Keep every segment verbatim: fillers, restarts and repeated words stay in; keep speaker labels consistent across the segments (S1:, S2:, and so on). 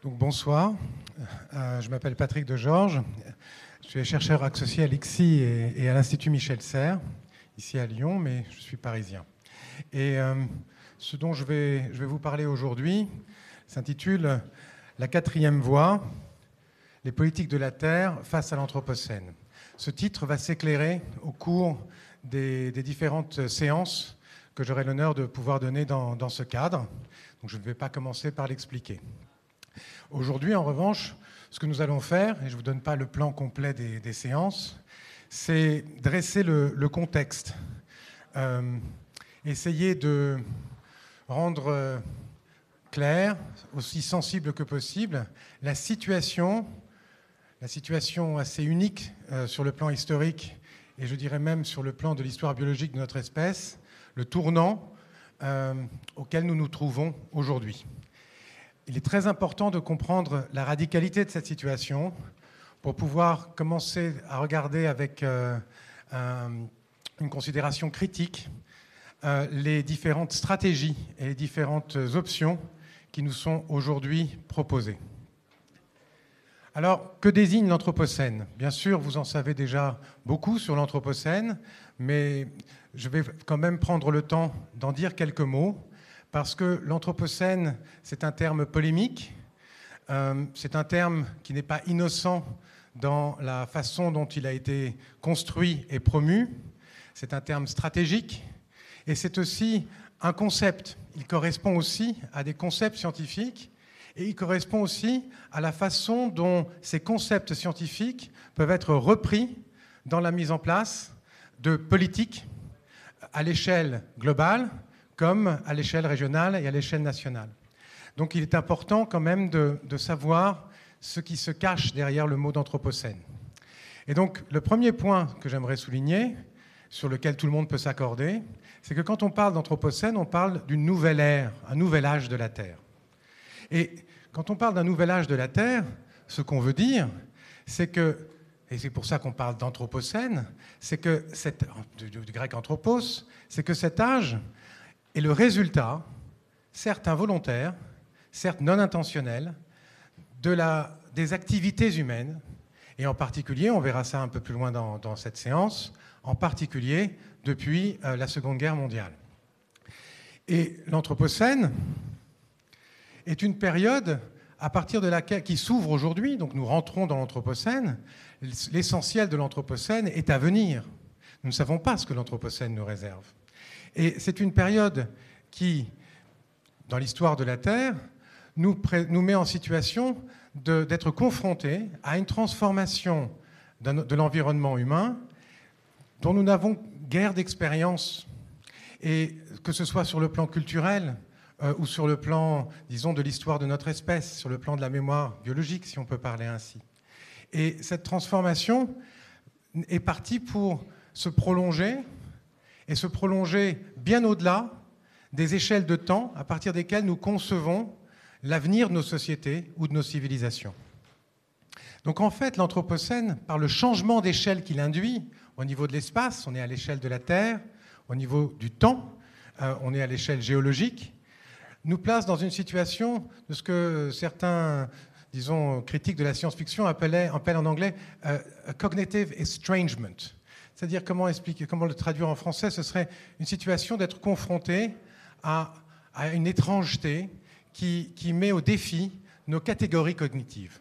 S1: Donc, bonsoir, euh, je m'appelle Patrick Degeorges, je suis chercheur associé à l'I C S I et, et à l'Institut Michel Serres, ici à Lyon, mais je suis parisien. Et euh, ce dont je vais, je vais vous parler aujourd'hui s'intitule « La quatrième voie, les politiques de la Terre face à l'Anthropocène ». Ce titre va s'éclairer au cours des, des différentes séances que j'aurai l'honneur de pouvoir donner dans, dans ce cadre. Donc je ne vais pas commencer par l'expliquer. Aujourd'hui, en revanche, ce que nous allons faire, et je ne vous donne pas le plan complet des, des séances, c'est dresser le, le contexte, euh, essayer de rendre euh, clair, aussi sensible que possible, la situation, la situation assez unique euh, sur le plan historique, et je dirais même sur le plan de l'histoire biologique de notre espèce, le tournant euh, auquel nous nous trouvons aujourd'hui. Il est très important de comprendre la radicalité de cette situation pour pouvoir commencer à regarder avec euh, un, une considération critique euh, les différentes stratégies et les différentes options qui nous sont aujourd'hui proposées. Alors, que désigne l'Anthropocène ? Bien sûr, vous en savez déjà beaucoup sur l'Anthropocène, mais je vais quand même prendre le temps d'en dire quelques mots. Parce que l'Anthropocène, c'est un terme polémique, euh, c'est un terme qui n'est pas innocent dans la façon dont il a été construit et promu, c'est un terme stratégique, et c'est aussi un concept. Il correspond aussi à des concepts scientifiques, et il correspond aussi à la façon dont ces concepts scientifiques peuvent être repris dans la mise en place de politiques à l'échelle globale, comme à l'échelle régionale et à l'échelle nationale. Donc il est important quand même de, de savoir ce qui se cache derrière le mot d'Anthropocène. Et donc le premier point que j'aimerais souligner, sur lequel tout le monde peut s'accorder, c'est que quand on parle d'Anthropocène, on parle d'une nouvelle ère, un nouvel âge de la Terre. Et quand on parle d'un nouvel âge de la Terre, ce qu'on veut dire, c'est que, et c'est pour ça qu'on parle d'Anthropocène, c'est que, cette, du, du grec anthropos, c'est que cet âge est le résultat, certes involontaire, certes non intentionnel, de la, des activités humaines, et en particulier, on verra ça un peu plus loin dans, dans cette séance, en particulier depuis euh, la Seconde Guerre mondiale. Et l'Anthropocène est une période à partir de laquelle, qui s'ouvre aujourd'hui, donc nous rentrons dans l'Anthropocène, l'essentiel de l'Anthropocène est à venir. Nous ne savons pas ce que l'Anthropocène nous réserve. Et c'est une période qui, dans l'histoire de la Terre, nous, pré- nous met en situation de, d'être confrontés à une transformation de l'environnement humain dont nous n'avons guère d'expérience. Et que ce soit sur le plan culturel euh, ou sur le plan, disons, de l'histoire de notre espèce, sur le plan de la mémoire biologique, si on peut parler ainsi. Et cette transformation est partie pour se prolonger, et se prolonger bien au-delà des échelles de temps à partir desquelles nous concevons l'avenir de nos sociétés ou de nos civilisations. Donc en fait, l'Anthropocène, par le changement d'échelle qu'il induit, au niveau de l'espace, on est à l'échelle de la Terre, au niveau du temps, euh, on est à l'échelle géologique, nous place dans une situation de ce que certains, disons, critiques de la science-fiction appellent, appellent en anglais euh, a cognitive estrangement. C'est-à-dire, comment expliquer, comment le traduire en français, ce serait une situation d'être confronté à, à une étrangeté qui, qui met au défi nos catégories cognitives.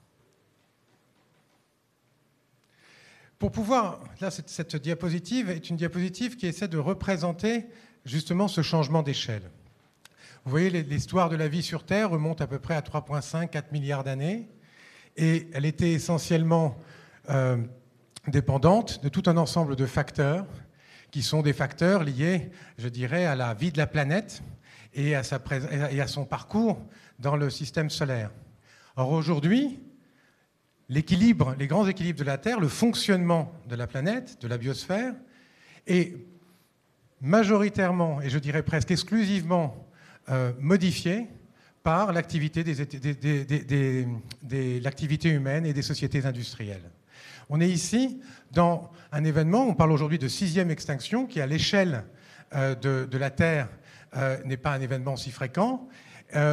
S1: Pour pouvoir, là, cette, cette diapositive est une diapositive qui essaie de représenter justement ce changement d'échelle. Vous voyez, l'histoire de la vie sur Terre remonte à peu près à trois virgule cinq à quatre milliards d'années, et elle était essentiellement euh, dépendante de tout un ensemble de facteurs qui sont des facteurs liés, je dirais, à la vie de la planète et à, sa pré- et à son parcours dans le système solaire. Or aujourd'hui, l'équilibre, les grands équilibres de la Terre, le fonctionnement de la planète, de la biosphère, est majoritairement, et je dirais presque exclusivement, euh, modifié par l'activité, des, des, des, des, des, l'activité humaine et des sociétés industrielles. On est ici dans un événement, on parle aujourd'hui de sixième extinction, qui à l'échelle euh, de, de la Terre euh, n'est pas un événement si fréquent, euh,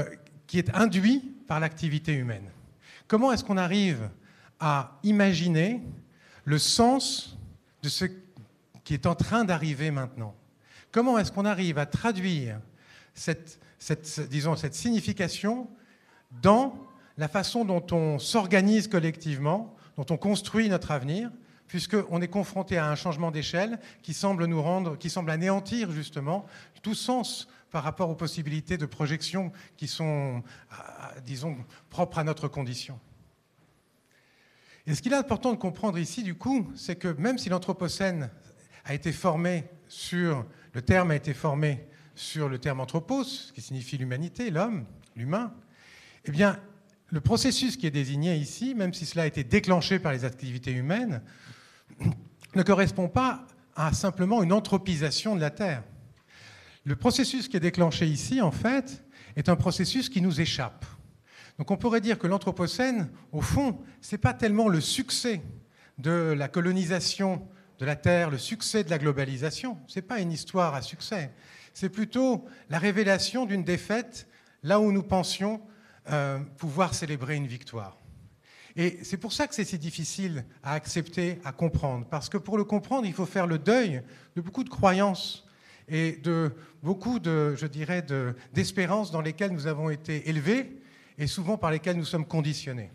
S1: qui est induit par l'activité humaine. Comment est-ce qu'on arrive à imaginer le sens de ce qui est en train d'arriver maintenant? Comment est-ce qu'on arrive à traduire cette, cette, disons, cette signification dans la façon dont on s'organise collectivement, dont on construit notre avenir, puisqu'on est confronté à un changement d'échelle qui semble nous rendre, qui semble anéantir justement tout sens par rapport aux possibilités de projection qui sont, disons, propres à notre condition. Et ce qu'il est important de comprendre ici, du coup, c'est que même si l'Anthropocène a été formé sur, le terme a été formé sur le terme anthropos, qui signifie l'humanité, l'homme, l'humain, eh bien, le processus qui est désigné ici, même si cela a été déclenché par les activités humaines, ne correspond pas à simplement une anthropisation de la Terre. Le processus qui est déclenché ici, en fait, est un processus qui nous échappe. Donc on pourrait dire que l'Anthropocène, au fond, ce n'est pas tellement le succès de la colonisation de la Terre, le succès de la globalisation. Ce n'est pas une histoire à succès. C'est plutôt la révélation d'une défaite là où nous pensions euh, pouvoir célébrer une victoire. Et c'est pour ça que c'est si difficile à accepter, à comprendre. Parce que pour le comprendre, il faut faire le deuil de beaucoup de croyances et de beaucoup de, je dirais, de, d'espérances dans lesquelles nous avons été élevés et souvent par lesquelles nous sommes conditionnés.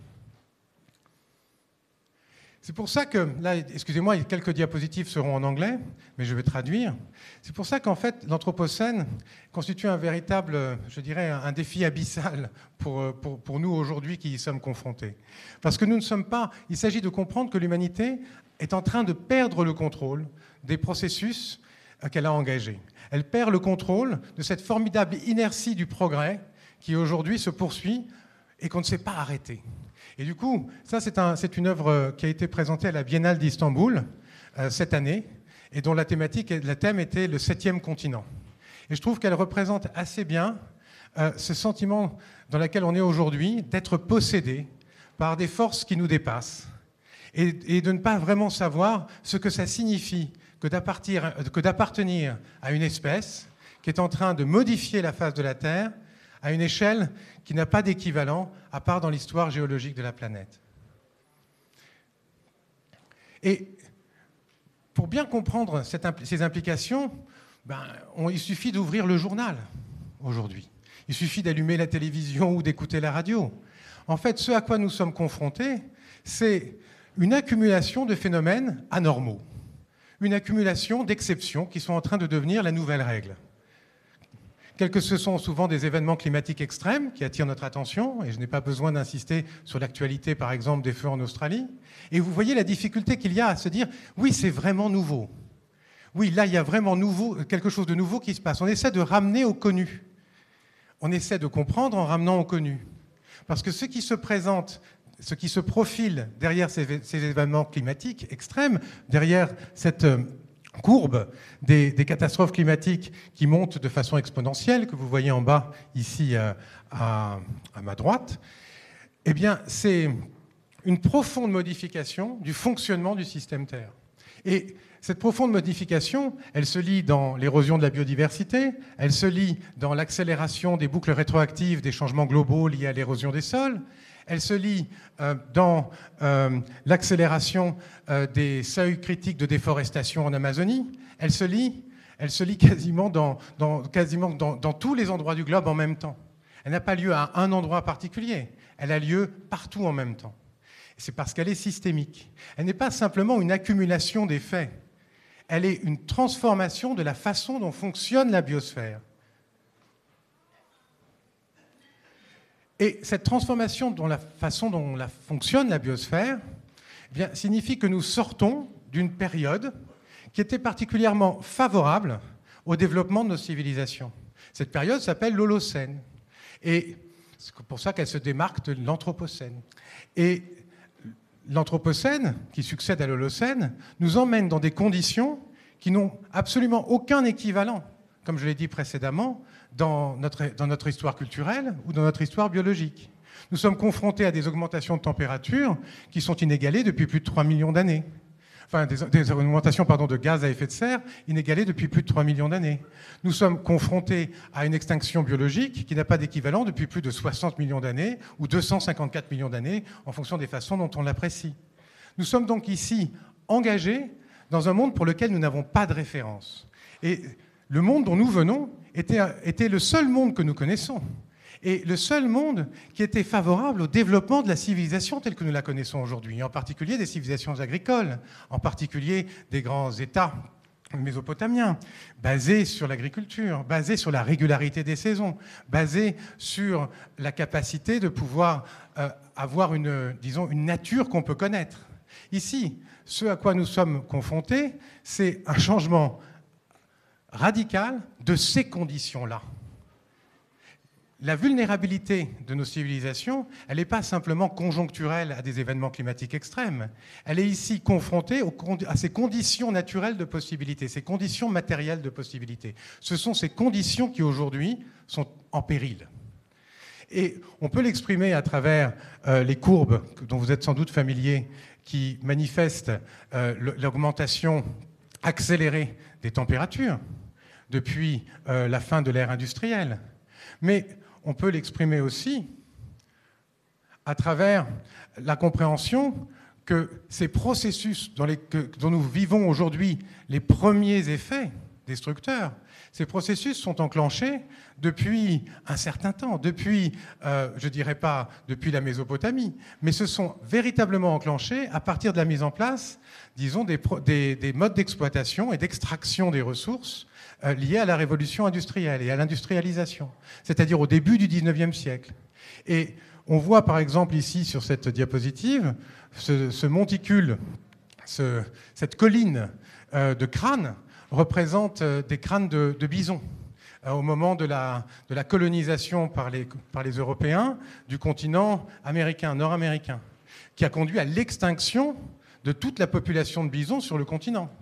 S1: C'est pour ça que, là, excusez-moi, quelques diapositives seront en anglais, mais je vais traduire. C'est pour ça qu'en fait, l'Anthropocène constitue un véritable, je dirais, un défi abyssal pour, pour, pour nous aujourd'hui qui y sommes confrontés. Parce que nous ne sommes pas... Il s'agit de comprendre que l'humanité est en train de perdre le contrôle des processus qu'elle a engagés. Elle perd le contrôle de cette formidable inertie du progrès qui aujourd'hui se poursuit et qu'on ne sait pas arrêter. Et du coup, ça, c'est, un, c'est une œuvre qui a été présentée à la Biennale d'Istanbul euh, cette année, et dont la thématique, le thème était le septième continent. Et je trouve qu'elle représente assez bien euh, ce sentiment dans lequel on est aujourd'hui, d'être possédé par des forces qui nous dépassent, et, et de ne pas vraiment savoir ce que ça signifie que, que d'appartenir à une espèce qui est en train de modifier la face de la Terre à une échelle qui n'a pas d'équivalent, à part dans l'histoire géologique de la planète. Et pour bien comprendre cette impl- ces implications, ben, on, il suffit d'ouvrir le journal aujourd'hui. Il suffit d'allumer la télévision ou d'écouter la radio. En fait, ce à quoi nous sommes confrontés, c'est une accumulation de phénomènes anormaux, une accumulation d'exceptions qui sont en train de devenir la nouvelle règle. Quels que ce sont souvent des événements climatiques extrêmes qui attirent notre attention, et je n'ai pas besoin d'insister sur l'actualité, par exemple, des feux en Australie. Et vous voyez la difficulté qu'il y a à se dire « oui, c'est vraiment nouveau ». Oui, là, il y a vraiment nouveau, quelque chose de nouveau qui se passe. On essaie de ramener au connu. On essaie de comprendre en ramenant au connu. Parce que ce qui se présente, ce qui se profile derrière ces, ces événements climatiques extrêmes, derrière cette courbe des, des catastrophes climatiques qui montent de façon exponentielle, que vous voyez en bas, ici, à, à, à ma droite, eh bien, c'est une profonde modification du fonctionnement du système Terre. Et cette profonde modification, elle se lit dans l'érosion de la biodiversité, elle se lit dans l'accélération des boucles rétroactives des changements globaux liés à l'érosion des sols, elle se lit euh, dans euh, l'accélération euh, des seuils critiques de déforestation en Amazonie, elle se lit, elle se lit quasiment, dans, dans, quasiment dans, dans tous les endroits du globe en même temps. Elle n'a pas lieu à un endroit particulier, elle a lieu partout en même temps. C'est parce qu'elle est systémique. Elle n'est pas simplement une accumulation des faits, elle est une transformation de la façon dont fonctionne la biosphère. Et cette transformation dans la façon dont la fonctionne la biosphère, eh bien, signifie que nous sortons d'une période qui était particulièrement favorable au développement de nos civilisations. Cette période s'appelle l'Holocène. Et c'est pour ça qu'elle se démarque de l'Anthropocène. Et l'Anthropocène, qui succède à l'Holocène, nous emmène dans des conditions qui n'ont absolument aucun équivalent, comme je l'ai dit précédemment, dans notre, dans notre histoire culturelle ou dans notre histoire biologique. Nous sommes confrontés à des augmentations de température qui sont inégalées depuis plus de trois millions d'années. enfin des, des augmentations pardon, de gaz à effet de serre inégalées depuis plus de trois millions d'années. Nous sommes confrontés à une extinction biologique qui n'a pas d'équivalent depuis plus de soixante millions d'années ou deux cent cinquante-quatre millions d'années en fonction des façons dont on l'apprécie. Nous sommes donc ici engagés dans un monde pour lequel nous n'avons pas de référence. Et le monde dont nous venons était, était le seul monde que nous connaissons. Et le seul monde qui était favorable au développement de la civilisation telle que nous la connaissons aujourd'hui, en particulier des civilisations agricoles, en particulier des grands États mésopotamiens, basés sur l'agriculture, basés sur la régularité des saisons, basés sur la capacité de pouvoir euh, avoir une, disons, une nature qu'on peut connaître. Ici, ce à quoi nous sommes confrontés, c'est un changement radical de ces conditions-là. La vulnérabilité de nos civilisations, elle n'est pas simplement conjoncturelle à des événements climatiques extrêmes. Elle est ici confrontée aux, à ces conditions naturelles de possibilité, ces conditions matérielles de possibilité. Ce sont ces conditions qui, aujourd'hui, sont en péril. Et on peut l'exprimer à travers euh, les courbes dont vous êtes sans doute familiers, qui manifestent euh, l'augmentation accélérée des températures depuis euh, la fin de l'ère industrielle. Mais on peut l'exprimer aussi à travers la compréhension que ces processus dans les, que, dont nous vivons aujourd'hui les premiers effets destructeurs, ces processus sont enclenchés depuis un certain temps, depuis, euh, je ne dirais pas depuis la Mésopotamie, mais se sont véritablement enclenchés à partir de la mise en place, disons, des, des, des modes d'exploitation et d'extraction des ressources euh, liés à la révolution industrielle et à l'industrialisation, c'est-à-dire au début du dix-neuvième siècle. Et on voit par exemple ici sur cette diapositive ce, ce monticule, ce, cette colline euh, de crânes représente euh, des crânes de, de bisons euh, au moment de la, de la colonisation par les, par les Européens du continent américain, nord-américain, qui a conduit à l'extinction de toute la population de bisons sur le continent.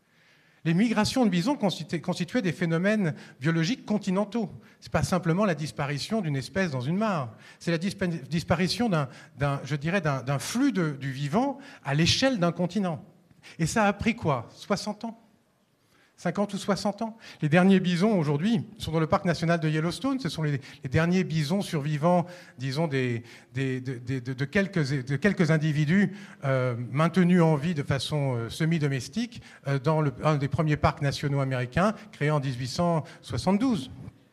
S1: Les migrations de bisons constituaient des phénomènes biologiques continentaux. Ce n'est pas simplement la disparition d'une espèce dans une mare. C'est la disparition d'un, d'un, je dirais, d'un, d'un flux de, du vivant à l'échelle d'un continent. Et ça a pris quoi ? soixante ans ? cinquante ou soixante ans. Les derniers bisons, aujourd'hui, sont dans le parc national de Yellowstone. Ce sont les, les derniers bisons survivants, disons, des, des, de, de, de, de, quelques, de quelques individus euh, maintenus en vie de façon euh, semi-domestique euh, dans le, un des premiers parcs nationaux américains, créés en dix-huit cent soixante-douze.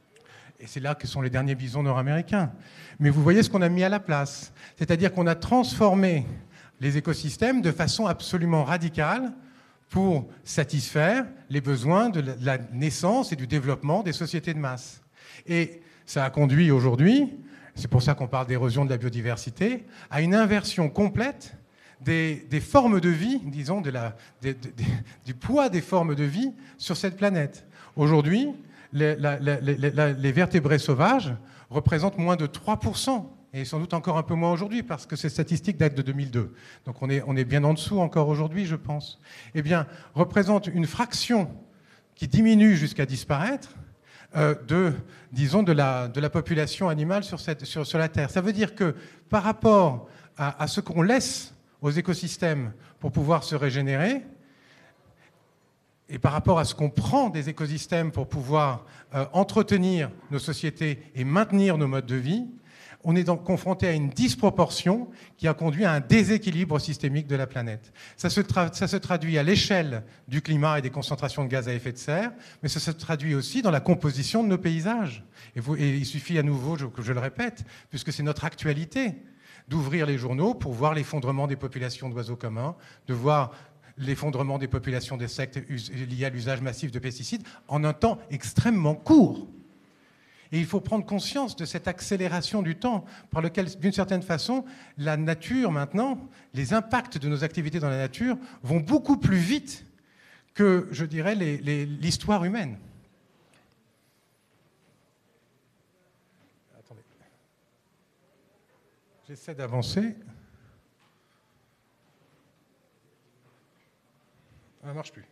S1: Et c'est là que sont les derniers bisons nord-américains. Mais vous voyez ce qu'on a mis à la place. C'est-à-dire qu'on a transformé les écosystèmes de façon absolument radicale pour satisfaire les besoins de la naissance et du développement des sociétés de masse. Et ça a conduit aujourd'hui, c'est pour ça qu'on parle d'érosion de la biodiversité, à une inversion complète des, des formes de vie, disons, de la, des, des, du poids des formes de vie sur cette planète. Aujourd'hui, les, la, la, la, les vertébrés sauvages représentent moins de trois pour cent. Et sans doute encore un peu moins aujourd'hui, parce que ces statistiques datent de deux mille deux. Donc on est, on est bien en dessous encore aujourd'hui, je pense. Eh bien, représente une fraction qui diminue jusqu'à disparaître euh, de, disons, de la, de la population animale sur, cette, sur, sur la Terre. Ça veut dire que par rapport à, à ce qu'on laisse aux écosystèmes pour pouvoir se régénérer, et par rapport à ce qu'on prend des écosystèmes pour pouvoir euh, entretenir nos sociétés et maintenir nos modes de vie, on est donc confronté à une disproportion qui a conduit à un déséquilibre systémique de la planète. Ça se, tra- ça se traduit à l'échelle du climat et des concentrations de gaz à effet de serre, mais ça se traduit aussi dans la composition de nos paysages. Et, vous, et il suffit à nouveau, je, que je le répète, puisque c'est notre actualité, d'ouvrir les journaux pour voir l'effondrement des populations d'oiseaux communs, de voir l'effondrement des populations d'insectes liées à l'usage massif de pesticides en un temps extrêmement court. Et il faut prendre conscience de cette accélération du temps par lequel, d'une certaine façon, la nature maintenant, les impacts de nos activités dans la nature vont beaucoup plus vite que, je dirais, les, les, l'histoire humaine. Attendez. J'essaie d'avancer. Ça ne marche plus.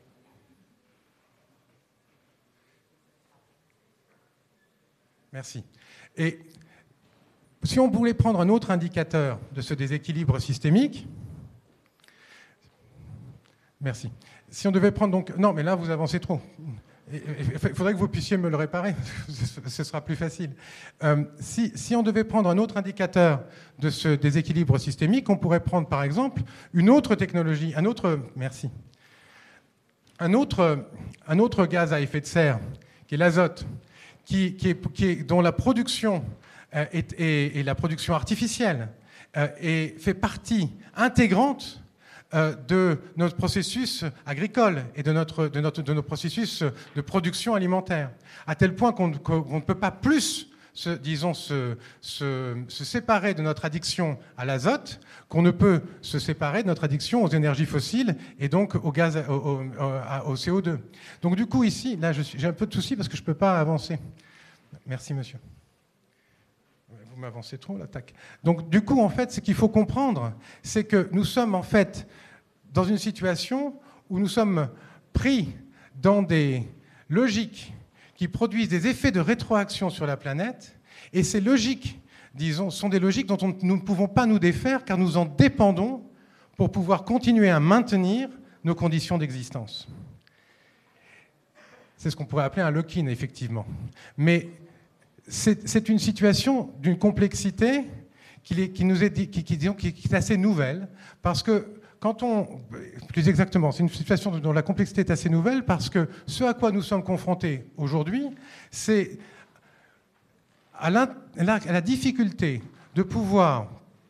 S1: Merci. Et si on voulait prendre un autre indicateur de ce déséquilibre systémique, Merci. Si on devait prendre donc... Non, mais là, vous avancez trop. Il faudrait que vous puissiez me le réparer, ce sera plus facile. Euh, si, si on devait prendre un autre indicateur de ce déséquilibre systémique, on pourrait prendre par exemple une autre technologie, un autre, merci, un autre, un autre gaz à effet de serre, qui est l'azote, qui, qui est, qui est, dont la production euh, est, est, est la production artificielle euh, et fait partie intégrante de notre processus agricole et de, notre, de, notre, de nos processus de production alimentaire, à tel point qu'on qu'on ne peut pas plus, se, disons, se, se, se séparer de notre addiction à l'azote qu'on ne peut se séparer de notre addiction aux énergies fossiles et donc au gaz, au, au, au C O deux. Donc du coup ici, là j'ai un peu de soucis parce que je ne peux pas avancer. Merci monsieur. Vous m'avancez trop, l'attaque. Donc, du coup, en fait, ce qu'il faut comprendre, c'est que nous sommes, en fait, dans une situation où nous sommes pris dans des logiques qui produisent des effets de rétroaction sur la planète, et ces logiques, disons, sont des logiques dont on, nous ne pouvons pas nous défaire, car nous en dépendons pour pouvoir continuer à maintenir nos conditions d'existence. C'est ce qu'on pourrait appeler un lock-in, effectivement. Mais c'est une situation d'une complexité qui, est, qui, nous est, qui, qui, disons, qui est assez nouvelle, parce que quand on... Plus exactement, c'est une situation dont la complexité est assez nouvelle, parce que ce à quoi nous sommes confrontés aujourd'hui, c'est à la, à la difficulté de pouvoir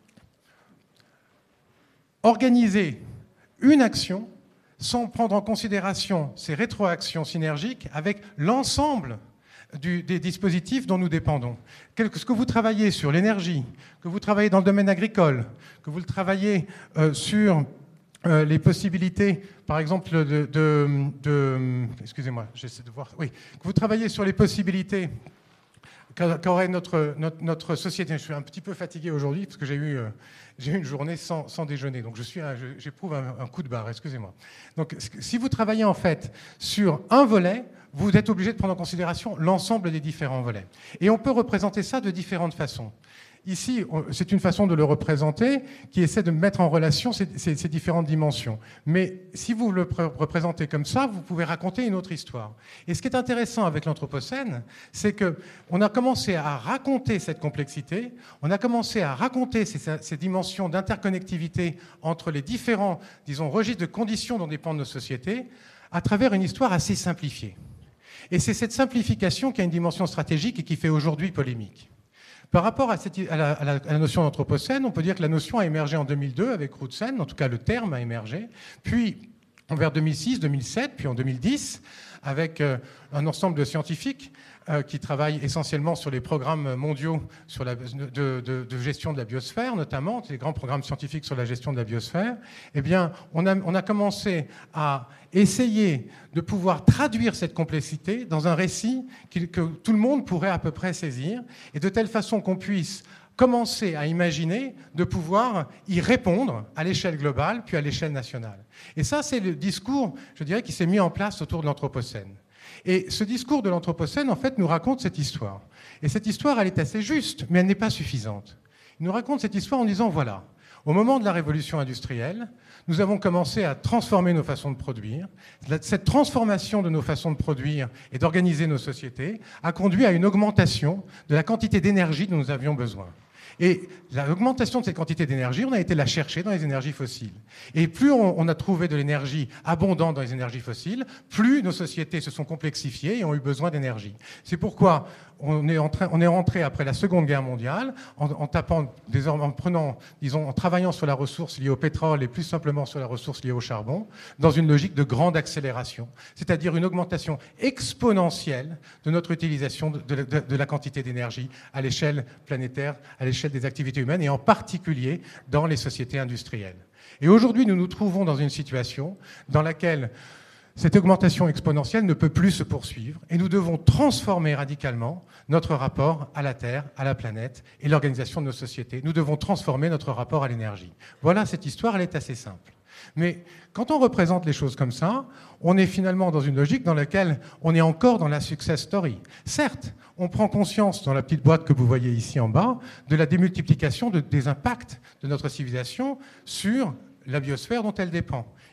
S1: organiser une action sans prendre en considération ces rétroactions synergiques avec l'ensemble Du, des dispositifs dont nous dépendons. Ce que vous travaillez sur l'énergie, que vous travaillez dans le domaine agricole, que vous le travaillez euh, sur euh, les possibilités, par exemple, de... de, de excusez-moi, j'essaie de voir... Oui, que vous travaillez sur les possibilités qu'aurait notre, notre, notre société. Je suis un petit peu fatigué aujourd'hui parce que j'ai eu, euh, j'ai eu une journée sans, sans déjeuner. Donc je suis, j'éprouve un, un coup de barre, excusez-moi. Donc si vous travaillez en fait sur un volet, vous êtes obligé de prendre en considération l'ensemble des différents volets. Et on peut représenter ça de différentes façons. Ici, c'est une façon de le représenter qui essaie de mettre en relation ces, ces, ces différentes dimensions. Mais si vous le représentez comme ça, vous pouvez raconter une autre histoire. Et ce qui est intéressant avec l'Anthropocène, c'est qu'on a commencé à raconter cette complexité, on a commencé à raconter ces, ces dimensions d'interconnectivité entre les différents, disons, registres de conditions dont dépendent nos sociétés, à travers une histoire assez simplifiée. Et c'est cette simplification qui a une dimension stratégique et qui fait aujourd'hui polémique. Par rapport à, cette, à, la, à, la, à la notion d'anthropocène, on peut dire que la notion a émergé en deux mille deux avec Crutzen, en tout cas le terme a émergé, puis vers deux mille six, deux mille sept, puis en deux mille dix, avec euh, un ensemble de scientifiques euh, qui travaillent essentiellement sur les programmes mondiaux sur la, de, de, de gestion de la biosphère, notamment, les grands programmes scientifiques sur la gestion de la biosphère. Eh bien, on a, on a commencé à essayer de pouvoir traduire cette complexité dans un récit que, que tout le monde pourrait à peu près saisir, et de telle façon qu'on puisse commencer à imaginer de pouvoir y répondre à l'échelle globale, puis à l'échelle nationale. Et ça, c'est le discours, je dirais, qui s'est mis en place autour de l'Anthropocène. Et ce discours de l'Anthropocène, en fait, nous raconte cette histoire. Et cette histoire, elle est assez juste, mais elle n'est pas suffisante. Il nous raconte cette histoire en disant, voilà, au moment de la révolution industrielle, nous avons commencé à transformer nos façons de produire. Cette transformation de nos façons de produire et d'organiser nos sociétés a conduit à une augmentation de la quantité d'énergie dont nous avions besoin. Et l'augmentation de cette quantité d'énergie, on a été la chercher dans les énergies fossiles. Et plus on, on a trouvé de l'énergie abondante dans les énergies fossiles, plus nos sociétés se sont complexifiées et ont eu besoin d'énergie. C'est pourquoi on est, en train, on est rentré après la Seconde Guerre mondiale en, en tapant, désormais, en prenant, disons, en travaillant sur la ressource liée au pétrole et plus simplement sur la ressource liée au charbon, dans une logique de grande accélération, c'est-à-dire une augmentation exponentielle de notre utilisation de, de, de, de la quantité d'énergie à l'échelle planétaire, à l'échelle des activités humaines et en particulier dans les sociétés industrielles. Et aujourd'hui, nous nous trouvons dans une situation dans laquelle cette augmentation exponentielle ne peut plus se poursuivre et nous devons transformer radicalement notre rapport à la Terre, à la planète et l'organisation de nos sociétés. Nous devons transformer notre rapport à l'énergie. Voilà, cette histoire, elle est assez simple. Mais quand on représente les choses comme ça, on est finalement dans une logique dans laquelle on est encore dans la success story. Certes, on prend conscience, dans la petite boîte que vous voyez ici en bas, de la démultiplication de, des impacts de notre civilisation sur la biosphère dont elle dépend.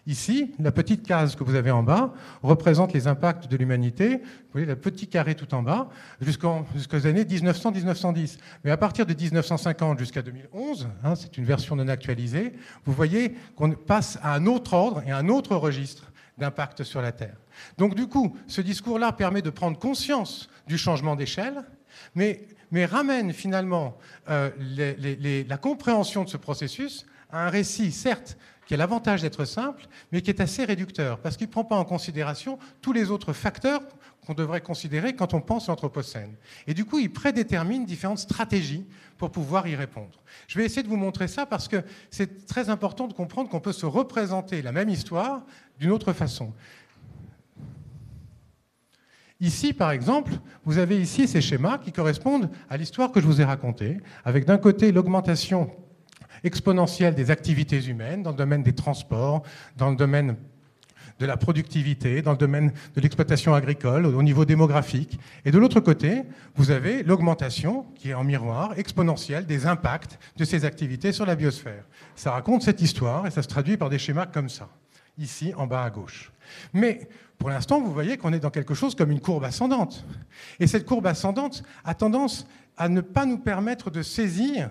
S1: Ici, la petite case que vous avez en bas représente les impacts de l'humanité. Vous voyez le petit carré tout en bas, jusqu'en, jusqu'aux années dix-neuf cents à dix-neuf cent dix. Mais à partir de dix-neuf cent cinquante jusqu'à deux mille onze, hein, c'est une version non actualisée, vous voyez qu'on passe à un autre ordre et à un autre registre d'impact sur la Terre. Donc du coup, ce discours-là permet de prendre conscience du changement d'échelle, mais, mais ramène finalement euh, les, les, les, la compréhension de ce processus à un récit, certes, qui a l'avantage d'être simple, mais qui est assez réducteur, parce qu'il ne prend pas en considération tous les autres facteurs qu'on devrait considérer quand on pense l'Anthropocène. Et du coup, il prédétermine différentes stratégies pour pouvoir y répondre. Je vais essayer de vous montrer ça parce que c'est très important de comprendre qu'on peut se représenter la même histoire d'une autre façon. Ici, par exemple, vous avez ici ces schémas qui correspondent à l'histoire que je vous ai racontée, avec d'un côté l'augmentation exponentielle des activités humaines dans le domaine des transports, dans le domaine de la productivité, dans le domaine de l'exploitation agricole, au niveau démographique. Et de l'autre côté, vous avez l'augmentation, qui est en miroir, exponentielle des impacts de ces activités sur la biosphère. Ça raconte cette histoire et ça se traduit par des schémas comme ça, ici en bas à gauche. Mais pour l'instant, vous voyez qu'on est dans quelque chose comme une courbe ascendante. Et cette courbe ascendante a tendance à ne pas nous permettre de saisir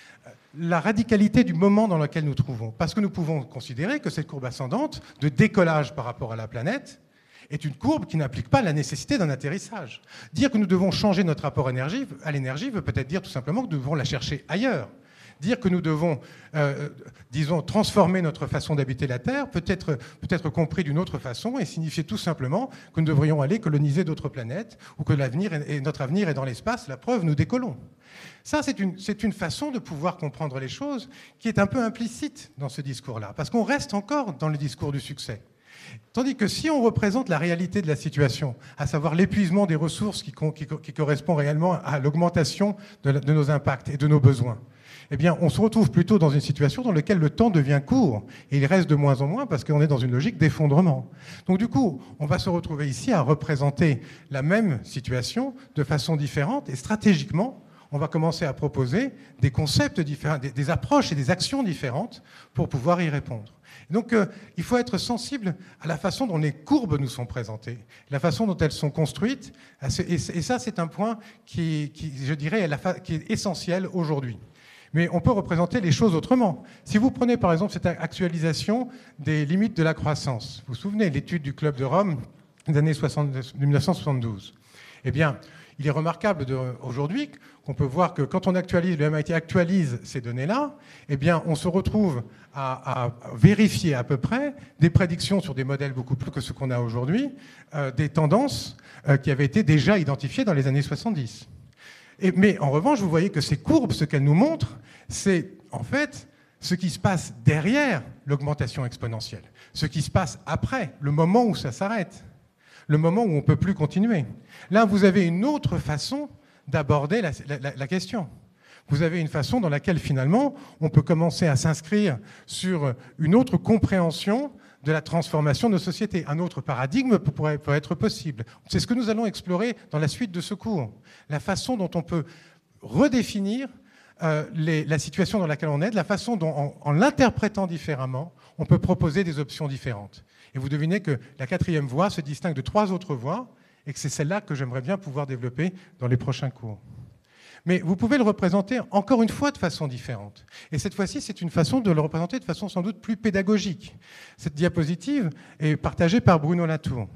S1: la radicalité du moment dans lequel nous trouvons. Parce que nous pouvons considérer que cette courbe ascendante de décollage par rapport à la planète est une courbe qui n'implique pas la nécessité d'un atterrissage. Dire que nous devons changer notre rapport énergie, à l'énergie veut peut-être dire tout simplement que nous devons la chercher ailleurs. Dire que nous devons, euh, disons, transformer notre façon d'habiter la Terre peut être, peut être compris d'une autre façon et signifier tout simplement que nous devrions aller coloniser d'autres planètes ou que l'avenir est, notre avenir est dans l'espace. La preuve, nous décollons. Ça, c'est une, c'est une façon de pouvoir comprendre les choses qui est un peu implicite dans ce discours-là, parce qu'on reste encore dans le discours du succès. Tandis que si on représente la réalité de la situation, à savoir l'épuisement des ressources qui, qui, qui correspond réellement à l'augmentation de, de nos impacts et de nos besoins, eh bien, on se retrouve plutôt dans une situation dans laquelle le temps devient court et il reste de moins en moins parce qu'on est dans une logique d'effondrement. Donc du coup, on va se retrouver ici à représenter la même situation de façon différente et stratégiquement, on va commencer à proposer des concepts différents, des, des approches et des actions différentes pour pouvoir y répondre. Donc, euh, il faut être sensible à la façon dont les courbes nous sont présentées, la façon dont elles sont construites. Et, et ça, c'est un point qui, qui je dirais, est la, qui est essentiel aujourd'hui. Mais on peut représenter les choses autrement. Si vous prenez par exemple cette actualisation des limites de la croissance, vous vous souvenez, l'étude du Club de Rome des années mille neuf cent soixante-douze, eh bien, il est remarquable aujourd'hui qu'on peut voir que quand on actualise, le M I T actualise ces données-là, eh bien, on se retrouve à, à vérifier à peu près des prédictions sur des modèles beaucoup plus que ce qu'on a aujourd'hui, euh, des tendances euh, qui avaient été déjà identifiées dans les années soixante-dix. Et, mais en revanche, vous voyez que ces courbes, ce qu'elles nous montrent, c'est en fait ce qui se passe derrière l'augmentation exponentielle, ce qui se passe après, le moment où ça s'arrête, le moment où on ne peut plus continuer. Là, vous avez une autre façon d'aborder la, la, la question. Vous avez une façon dans laquelle, finalement, on peut commencer à s'inscrire sur une autre compréhension de la transformation de nos sociétés. Un autre paradigme pourrait, pourrait être possible. C'est ce que nous allons explorer dans la suite de ce cours. La façon dont on peut redéfinir euh, les, la situation dans laquelle on est, de la façon dont, en, en l'interprétant différemment, on peut proposer des options différentes. Et vous devinez que la quatrième voie se distingue de trois autres voies et que c'est celle-là que j'aimerais bien pouvoir développer dans les prochains cours. Mais vous pouvez le représenter encore une fois de façon différente. Et cette fois-ci, c'est une façon de le représenter de façon sans doute plus pédagogique. Cette diapositive est partagée par Bruno Latour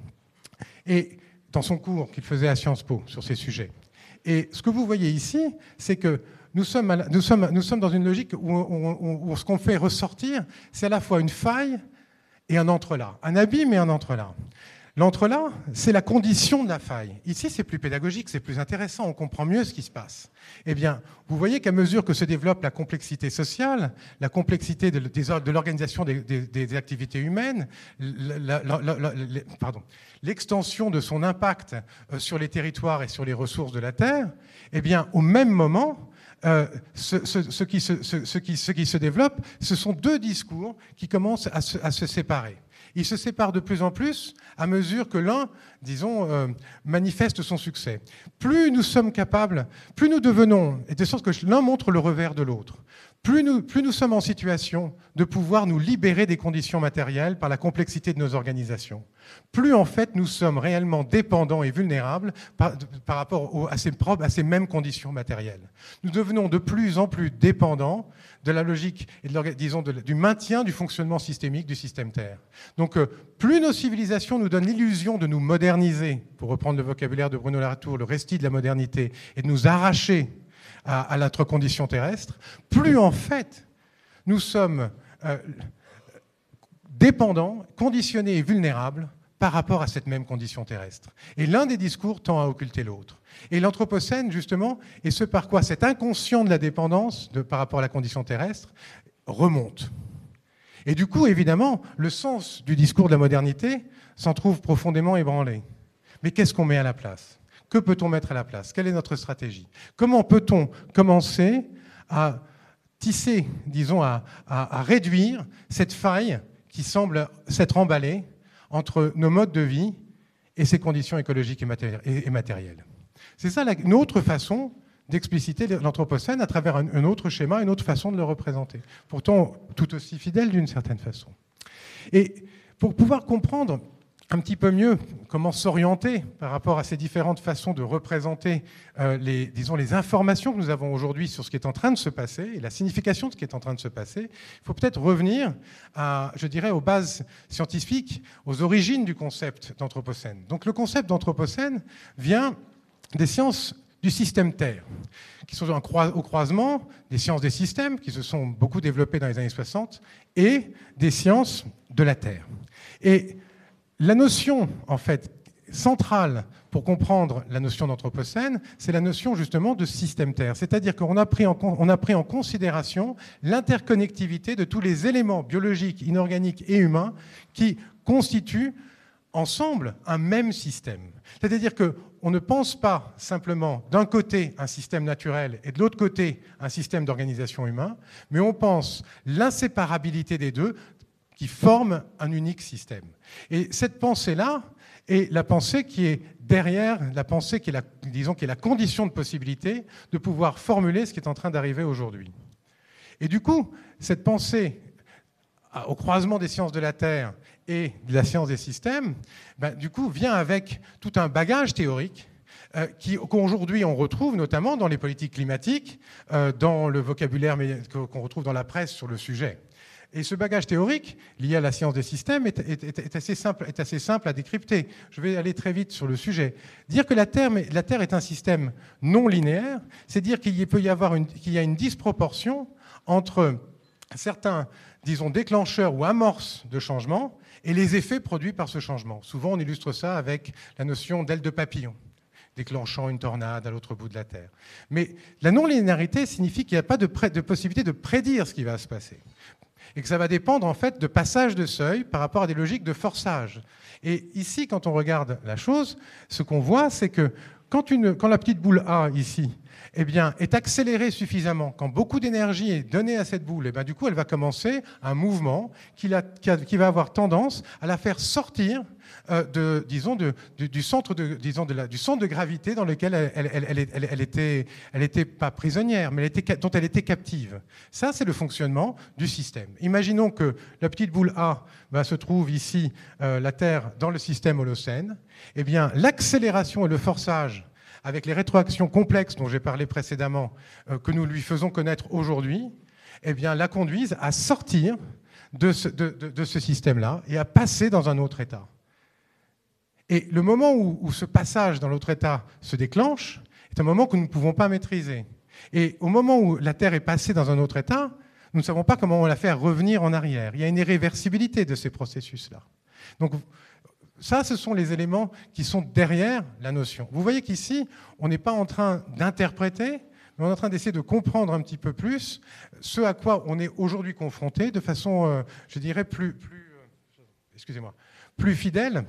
S1: et dans son cours qu'il faisait à Sciences Po sur ces sujets. Et ce que vous voyez ici, c'est que nous sommes, nous sommes, nous sommes dans une logique où, où, où, où ce qu'on fait ressortir, c'est à la fois une faille et un entrelac, un abîme et un entrelac. L'entrelac, c'est la condition de la faille. Ici, c'est plus pédagogique, c'est plus intéressant, on comprend mieux ce qui se passe. Eh bien, vous voyez qu'à mesure que se développe la complexité sociale, la complexité de, de l'organisation des, des, des activités humaines, la, la, la, la, pardon, l'extension de son impact sur les territoires et sur les ressources de la Terre, eh bien, au même moment, Euh, ce, ce, ce, qui se, ce, ce, qui, ce qui se développe, ce sont deux discours qui commencent à se, à se séparer. Ils se séparent de plus en plus à mesure que l'un, disons, euh, manifeste son succès. Plus nous sommes capables, plus nous devenons, et de sorte que l'un montre le revers de l'autre, plus nous, plus nous sommes en situation de pouvoir nous libérer des conditions matérielles par la complexité de nos organisations, plus en fait nous sommes réellement dépendants et vulnérables par, par rapport au, à, ces propres, à ces mêmes conditions matérielles. Nous devenons de plus en plus dépendants de la logique et de, disons, de, du maintien du fonctionnement systémique du système Terre. Donc euh, plus nos civilisations nous donnent l'illusion de nous moderniser, pour reprendre le vocabulaire de Bruno Latour, le restit de la modernité, et de nous arracher à, à notre condition terrestre, plus en fait nous sommes euh, dépendants, conditionnés et vulnérables par rapport à cette même condition terrestre. Et l'un des discours tend à occulter l'autre. Et l'Anthropocène, justement, est ce par quoi cet inconscient de la dépendance de, par rapport à la condition terrestre remonte. Et du coup, évidemment, le sens du discours de la modernité s'en trouve profondément ébranlé. Mais qu'est-ce qu'on met à la place ? Que peut-on mettre à la place ? Quelle est notre stratégie ? Comment peut-on commencer à tisser, disons, à, à, à réduire cette faille qui semble s'être emballée entre nos modes de vie et ces conditions écologiques et matérielles. C'est ça une autre façon d'expliciter l'Anthropocène à travers un, un autre schéma, une autre façon de le représenter. Pourtant, tout aussi fidèle d'une certaine façon. Et pour pouvoir comprendre un petit peu mieux comment s'orienter par rapport à ces différentes façons de représenter euh, les, disons, les informations que nous avons aujourd'hui sur ce qui est en train de se passer et la signification de ce qui est en train de se passer, il faut peut-être revenir à, je dirais, aux bases scientifiques, aux origines du concept d'Anthropocène. Donc le concept d'Anthropocène vient des sciences du système Terre, qui sont au croisement des sciences des systèmes, qui se sont beaucoup développées dans les années soixante, et des sciences de la Terre. Et la notion, en fait, centrale pour comprendre la notion d'Anthropocène, c'est la notion justement de système Terre. C'est-à-dire qu'on a pris en, on a pris en considération l'interconnectivité de tous les éléments biologiques, inorganiques et humains qui constituent ensemble un même système. C'est-à-dire qu'on ne pense pas simplement d'un côté un système naturel et de l'autre côté un système d'organisation humain, mais on pense l'inséparabilité des deux qui forment un unique système. Et cette pensée-là est la pensée qui est derrière, la pensée qui est la, disons, qui est la condition de possibilité de pouvoir formuler ce qui est en train d'arriver aujourd'hui. Et du coup, cette pensée au croisement des sciences de la Terre et de la science des systèmes, ben, du coup, vient avec tout un bagage théorique euh, qui, qu'aujourd'hui on retrouve notamment dans les politiques climatiques, euh, dans le vocabulaire qu'on retrouve dans la presse sur le sujet. Et ce bagage théorique, lié à la science des systèmes, est, est, est, est, assez simple, est assez simple à décrypter. Je vais aller très vite sur le sujet. Dire que la Terre, la Terre est un système non linéaire, c'est dire qu'il peut y avoir une, qu'il y a une disproportion entre certains, disons, déclencheurs ou amorces de changement et les effets produits par ce changement. Souvent, on illustre ça avec la notion d'aile de papillon, déclenchant une tornade à l'autre bout de la Terre. Mais la non-linéarité signifie qu'il n'y a pas de, pré- de possibilité de prédire ce qui va se passer. Et que ça va dépendre en fait de passage de seuil par rapport à des logiques de forçage. Et ici, quand on regarde la chose, ce qu'on voit, c'est que quand, une, quand la petite boule A, ici, eh bien, est accélérée suffisamment, quand beaucoup d'énergie est donnée à cette boule, eh bien, du coup, elle va commencer un mouvement qui, la, qui, a, qui va avoir tendance à la faire sortir euh, de, disons, de, du, du, centre de, disons, de la, du centre de gravité dans lequel elle, elle, elle, elle, elle, elle était, elle était pas prisonnière, mais elle était, dont elle était captive. Ça, c'est le fonctionnement du système. Imaginons que la petite boule A ben, se trouve ici, euh, la Terre, dans le système Holocène. Eh bien, l'accélération et le forçage avec les rétroactions complexes dont j'ai parlé précédemment, euh, que nous lui faisons connaître aujourd'hui, eh bien, la conduisent à sortir de ce, de, de, de ce système-là et à passer dans un autre état. Et le moment où, où ce passage dans l'autre état se déclenche est un moment que nous ne pouvons pas maîtriser. Et au moment où la Terre est passée dans un autre état, nous ne savons pas comment on la fait revenir en arrière. Il y a une irréversibilité de ces processus-là. Donc, ça, ce sont les éléments qui sont derrière la notion. Vous voyez qu'ici, on n'est pas en train d'interpréter, mais on est en train d'essayer de comprendre un petit peu plus ce à quoi on est aujourd'hui confronté de façon, euh, je dirais, plus, plus, euh, excusez-moi, plus fidèle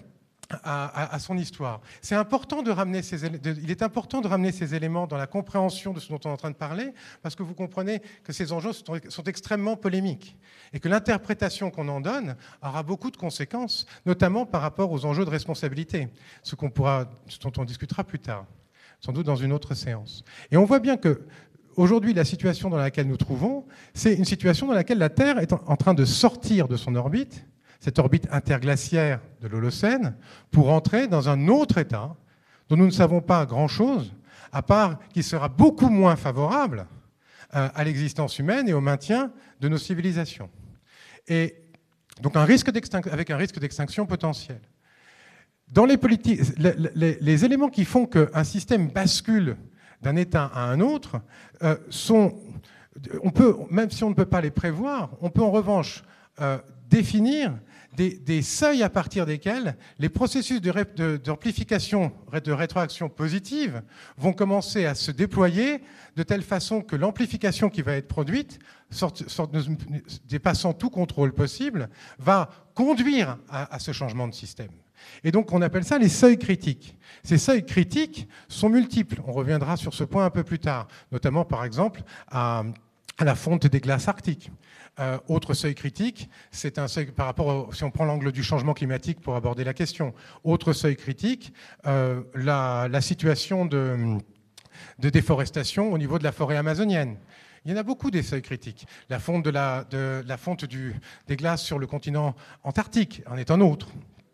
S1: à, à, à son histoire. C'est important de ramener ces, de, il est important de ramener ces éléments dans la compréhension de ce dont on est en train de parler, parce que vous comprenez que ces enjeux sont, sont extrêmement polémiques et que l'interprétation qu'on en donne aura beaucoup de conséquences, notamment par rapport aux enjeux de responsabilité, ce, qu'on pourra, ce dont on discutera plus tard, sans doute dans une autre séance. Et on voit bien que aujourd'hui, la situation dans laquelle nous trouvons, c'est une situation dans laquelle la Terre est en train de sortir de son orbite, cette orbite interglaciaire de l'Holocène, pour entrer dans un autre état dont nous ne savons pas grand-chose, à part qu'il sera beaucoup moins favorable à l'existence humaine et au maintien de nos civilisations. Et donc un risque avec un risque d'extinction potentiel. Dans les, politiques, les, les, les éléments qui font qu'un système bascule d'un état à un autre euh, sont, on peut, même si on ne peut pas les prévoir, on peut en revanche euh, définir Des, des seuils à partir desquels les processus de, de, d'amplification, de rétroaction positive vont commencer à se déployer de telle façon que l'amplification qui va être produite, sorte, sorte, dépassant tout contrôle possible, va conduire à, à ce changement de système. Et donc on appelle ça les seuils critiques. Ces seuils critiques sont multiples. On reviendra sur ce point un peu plus tard, notamment par exemple à, à la fonte des glaces arctiques. Euh, autre seuil critique, c'est un seuil par rapport, au, si on prend l'angle du changement climatique pour aborder la question. Autre seuil critique, euh, la, la situation de, de déforestation au niveau de la forêt amazonienne. Il y en a beaucoup des seuils critiques. La fonte, de la, de, la fonte du, des glaces sur le continent antarctique en est un autre.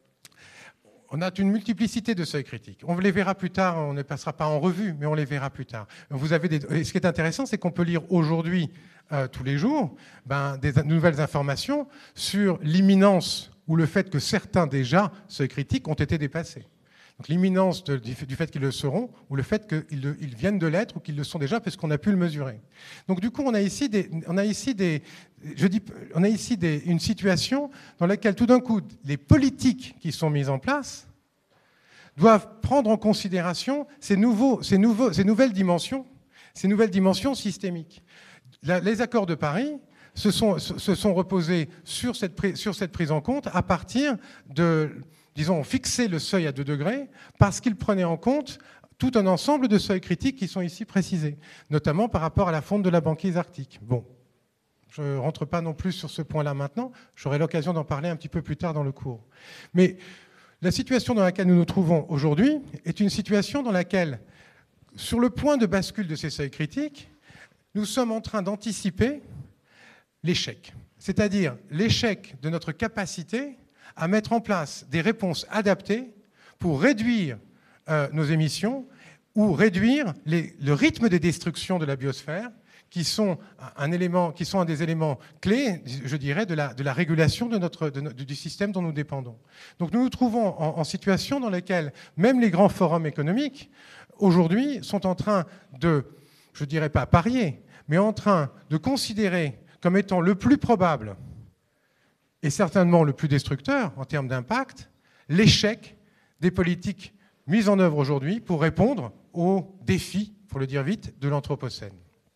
S1: On a une multiplicité de seuils critiques. On les verra plus tard, on ne passera pas en revue, mais on les verra plus tard. Vous avez des... Et ce qui est intéressant, c'est qu'on peut lire aujourd'hui, euh, tous les jours, ben, des nouvelles informations sur l'imminence ou le fait que certains déjà seuils critiques ont été dépassés. Donc l'imminence de, du fait qu'ils le seront ou le fait qu'ils ils viennent de l'être ou qu'ils le sont déjà parce qu'on a pu le mesurer. Donc du coup, on a ici, des, on a ici, des, je dis, on a ici des, une situation dans laquelle tout d'un coup, les politiques qui sont mises en place doivent prendre en considération ces, nouveaux, ces, nouveaux, ces nouvelles dimensions, ces nouvelles dimensions systémiques. La, les accords de Paris se sont, se sont reposés sur cette, sur cette prise en compte à partir de... disons, fixer le seuil à deux degrés parce qu'ils prenaient en compte tout un ensemble de seuils critiques qui sont ici précisés, notamment par rapport à la fonte de la banquise arctique. Bon, je ne rentre pas non plus sur ce point-là maintenant, j'aurai l'occasion d'en parler un petit peu plus tard dans le cours. Mais la situation dans laquelle nous nous trouvons aujourd'hui est une situation dans laquelle, sur le point de bascule de ces seuils critiques, nous sommes en train d'anticiper l'échec, c'est-à-dire l'échec de notre capacité à mettre en place des réponses adaptées pour réduire euh, nos émissions ou réduire les, le rythme des destructions de la biosphère, qui sont un, élément, qui sont un des éléments clés, je dirais, de la, de la régulation de notre, de, du système dont nous dépendons. Donc nous nous trouvons en, en situation dans laquelle même les grands forums économiques, aujourd'hui, sont en train de, je ne dirais pas parier, mais en train de considérer comme étant le plus probable et certainement le plus destructeur en termes d'impact, l'échec des politiques mises en œuvre aujourd'hui pour répondre aux défis, pour le dire vite, de l'Anthropocène.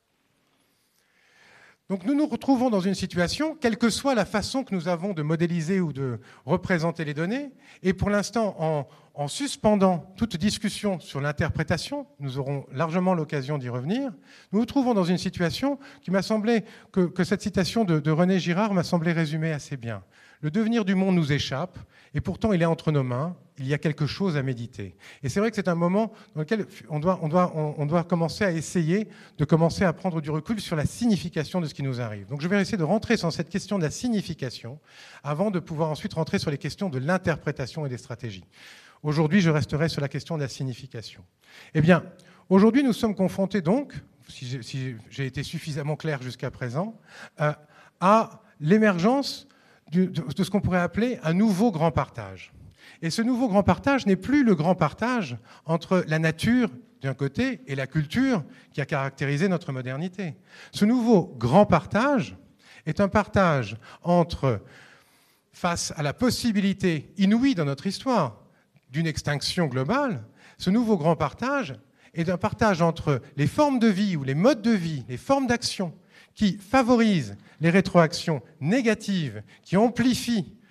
S1: Donc nous nous retrouvons dans une situation, quelle que soit la façon que nous avons de modéliser ou de représenter les données, et pour l'instant, en, en suspendant toute discussion sur l'interprétation, nous aurons largement l'occasion d'y revenir, nous nous trouvons dans une situation qui m'a semblé, que, que cette citation de, de René Girard m'a semblé résumer assez bien. Le devenir du monde nous échappe, et pourtant il est entre nos mains, il y a quelque chose à méditer. Et c'est vrai que c'est un moment dans lequel on doit, on, doit, on doit commencer à essayer de commencer à prendre du recul sur la signification de ce qui nous arrive. Donc je vais essayer de rentrer sur cette question de la signification avant de pouvoir ensuite rentrer sur les questions de l'interprétation et des stratégies. Aujourd'hui, je resterai sur la question de la signification. Eh bien, aujourd'hui, nous sommes confrontés donc, si j'ai, si j'ai été suffisamment clair jusqu'à présent, euh, à l'émergence de, de ce qu'on pourrait appeler un nouveau grand partage. Et ce nouveau grand partage n'est plus le grand partage entre la nature d'un côté et la culture qui a caractérisé notre modernité. Ce nouveau grand partage est un partage entre, face à la possibilité inouïe dans notre histoire d'une extinction globale, ce nouveau grand partage est un partage entre les formes de vie ou les modes de vie, les formes d'action qui favorisent les rétroactions négatives, qui amplifient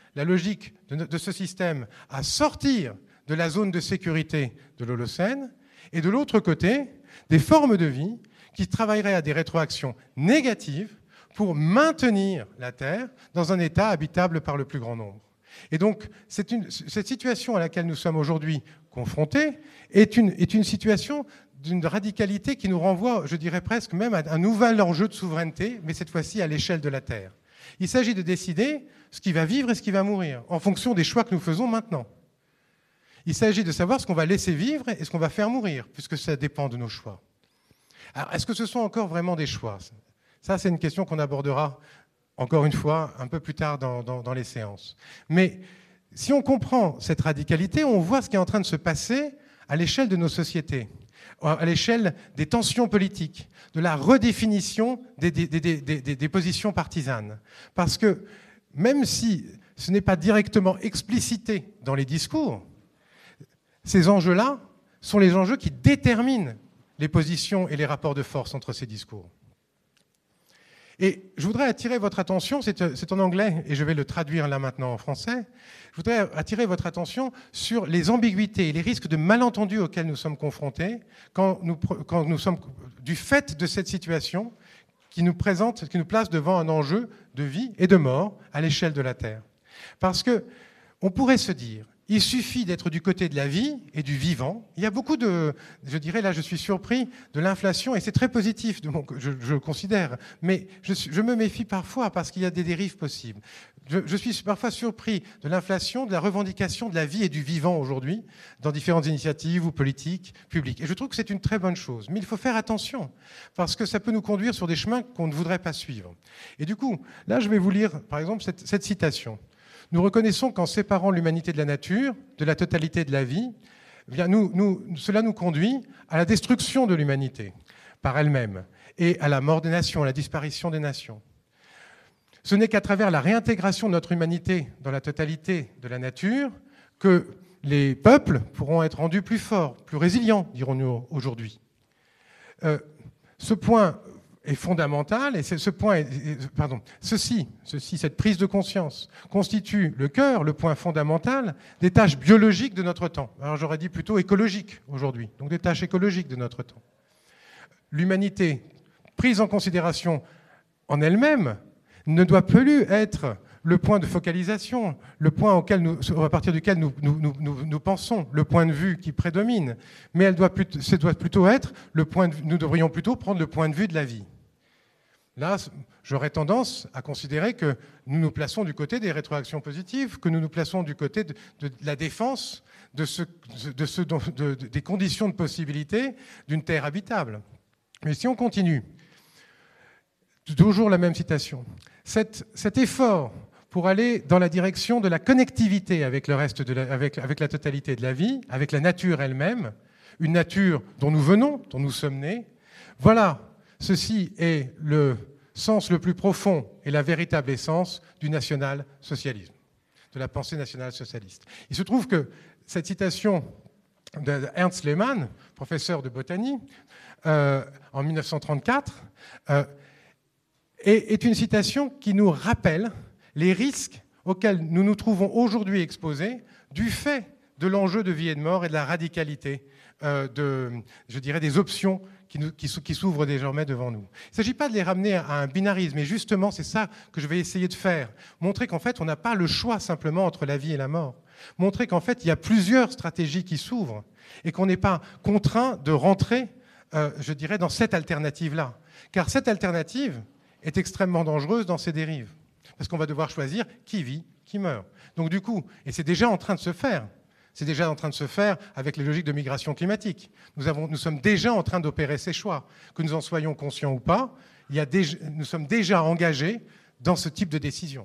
S1: la logique de, de ce système à sortir de la zone de sécurité de l'Holocène, et de l'autre côté, des formes de vie qui travailleraient à des rétroactions négatives pour maintenir la Terre dans un état habitable par le plus grand nombre. Et donc, c'est une, cette situation à laquelle nous sommes aujourd'hui confrontés est une, est une situation d'une radicalité qui nous renvoie, je dirais presque même, à un nouvel enjeu de souveraineté, mais cette fois-ci à l'échelle de la Terre. Il s'agit de décider ce qui va vivre et ce qui va mourir, en fonction des choix que nous faisons maintenant. Il s'agit de savoir ce qu'on va laisser vivre et ce qu'on va faire mourir, puisque ça dépend de nos choix. Alors, est-ce que ce sont encore vraiment des choix ? Ça, c'est une question qu'on abordera, encore une fois, un peu plus tard dans, dans, dans les séances. Mais si on comprend cette radicalité, on voit ce qui est en train de se passer à l'échelle de nos sociétés, à l'échelle des tensions politiques, de la redéfinition des, des, des, des, des, des positions partisanes. Parce que même si ce n'est pas directement explicité dans les discours, ces enjeux-là sont les enjeux qui déterminent les positions et les rapports de force entre ces discours. Et je voudrais attirer votre attention, c'est en anglais et je vais le traduire là maintenant en français, je voudrais attirer votre attention sur les ambiguïtés et les risques de malentendus auxquels nous sommes confrontés quand nous, quand nous sommes, du fait de cette situation qui nous présente, qui nous place devant un enjeu de vie et de mort à l'échelle de la Terre. Parce qu'on pourrait se dire, il suffit d'être du côté de la vie et du vivant. Il y a beaucoup de, je dirais là, je suis surpris de l'inflation, et c'est très positif, de mon, je, je le considère, mais je, je me méfie parfois parce qu'il y a des dérives possibles. Je, je suis parfois surpris de l'inflation, de la revendication de la vie et du vivant aujourd'hui, dans différentes initiatives ou politiques publiques. Et je trouve que c'est une très bonne chose. Mais il faut faire attention, parce que ça peut nous conduire sur des chemins qu'on ne voudrait pas suivre. Et du coup, là, je vais vous lire, par exemple, cette, cette citation. Nous reconnaissons qu'en séparant l'humanité de la nature, de la totalité de la vie, eh bien nous, nous, cela nous conduit à la destruction de l'humanité par elle-même et à la mort des nations, à la disparition des nations. Ce n'est qu'à travers la réintégration de notre humanité dans la totalité de la nature que les peuples pourront être rendus plus forts, plus résilients, dirons-nous aujourd'hui. Euh, ce point est fondamental, et ce point est, pardon, ceci, ceci, cette prise de conscience constitue le cœur, le point fondamental des tâches biologiques de notre temps. Alors j'aurais dit plutôt écologiques aujourd'hui, donc des tâches écologiques de notre temps. L'humanité, prise en considération en elle-même, ne doit plus être le point de focalisation, le point auquel nous, à partir duquel nous, nous, nous, nous pensons, le point de vue qui prédomine, mais elle doit plutôt, ça doit plutôt être le point de, nous devrions plutôt prendre le point de vue de la vie. Là, j'aurais tendance à considérer que nous nous plaçons du côté des rétroactions positives, que nous nous plaçons du côté de, de la défense de ce, de ce, de, de, des conditions de possibilité d'une terre habitable. Mais si on continue, toujours la même citation, cet, cet effort pour aller dans la direction de la connectivité avec le reste de la, avec, avec la totalité de la vie, avec la nature elle-même, une nature dont nous venons, dont nous sommes nés. Voilà, ceci est le sens le plus profond et la véritable essence du national-socialisme, de la pensée nationale-socialiste. Il se trouve que cette citation d'Ernst Lehmann, professeur de botanie, euh, en mille neuf cent trente-quatre, euh, est, est une citation qui nous rappelle les risques auxquels nous nous trouvons aujourd'hui exposés du fait de l'enjeu de vie et de mort et de la radicalité euh, de, je dirais, des options qui, nous, qui, qui s'ouvrent désormais devant nous. Il ne s'agit pas de les ramener à un binarisme, et justement, c'est ça que je vais essayer de faire. Montrer qu'en fait, on n'a pas le choix simplement entre la vie et la mort. Montrer qu'en fait, il y a plusieurs stratégies qui s'ouvrent et qu'on n'est pas contraint de rentrer, euh, je dirais, dans cette alternative-là. Car cette alternative est extrêmement dangereuse dans ses dérives. Parce qu'on va devoir choisir qui vit, qui meurt. Donc du coup, et c'est déjà en train de se faire, c'est déjà en train de se faire avec les logiques de migration climatique. Nous, avons, nous sommes déjà en train d'opérer ces choix. Que nous en soyons conscients ou pas, il y a déjà, nous sommes déjà engagés dans ce type de décision.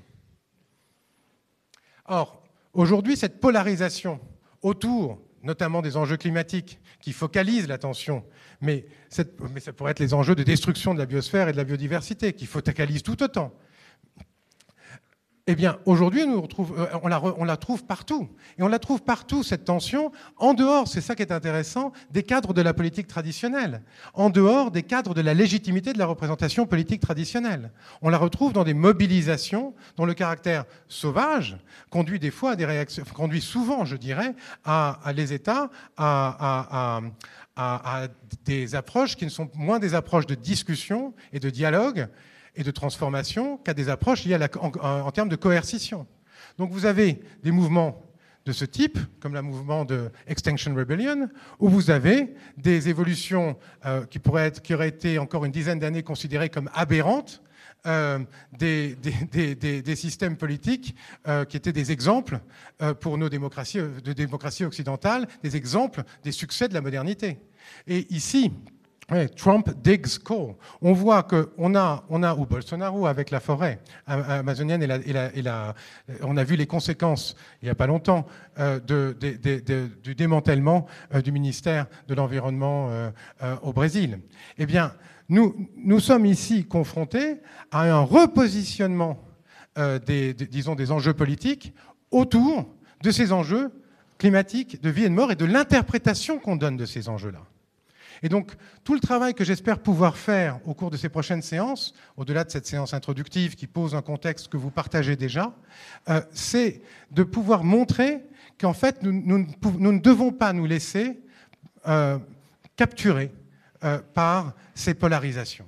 S1: Or, aujourd'hui, cette polarisation autour, notamment des enjeux climatiques, qui focalisent l'attention, mais, cette, mais ça pourrait être les enjeux de destruction de la biosphère et de la biodiversité, qui focalisent tout autant. Eh bien, aujourd'hui, nous retrouve, euh, on, la, on la trouve partout. Et on la trouve partout, cette tension, en dehors, c'est ça qui est intéressant, des cadres de la politique traditionnelle, en dehors des cadres de la légitimité de la représentation politique traditionnelle. On la retrouve dans des mobilisations dont le caractère sauvage conduit des fois à des réactions, conduit souvent, je dirais, à, à les États à, à, à, à des approches qui ne sont moins des approches de discussion et de dialogue, et de transformation qu'à des approches liées à la, en, en termes de coercition. Donc vous avez des mouvements de ce type, comme le mouvement de Extinction Rebellion, où vous avez des évolutions euh, qui, pourraient être, qui auraient été encore une dizaine d'années considérées comme aberrantes, euh, des, des, des, des systèmes politiques euh, qui étaient des exemples euh, pour nos démocraties, de démocratie occidentale, des exemples des succès de la modernité. Et ici, ouais, Trump digs coal. On voit qu'on a, on a, ou Bolsonaro avec la forêt amazonienne, et la, et la, et la, on a vu les conséquences, il n'y a pas longtemps, euh, de, de, de, de, du démantèlement euh, du ministère de l'Environnement euh, euh, au Brésil. Eh bien, nous, nous sommes ici confrontés à un repositionnement euh, des, des, disons, des enjeux politiques autour de ces enjeux climatiques de vie et de mort et de l'interprétation qu'on donne de ces enjeux-là. Et donc, tout le travail que j'espère pouvoir faire au cours de ces prochaines séances, au-delà de cette séance introductive qui pose un contexte que vous partagez déjà, euh, c'est de pouvoir montrer qu'en fait, nous, nous, nous ne devons pas nous laisser euh, capturer euh, par ces polarisations.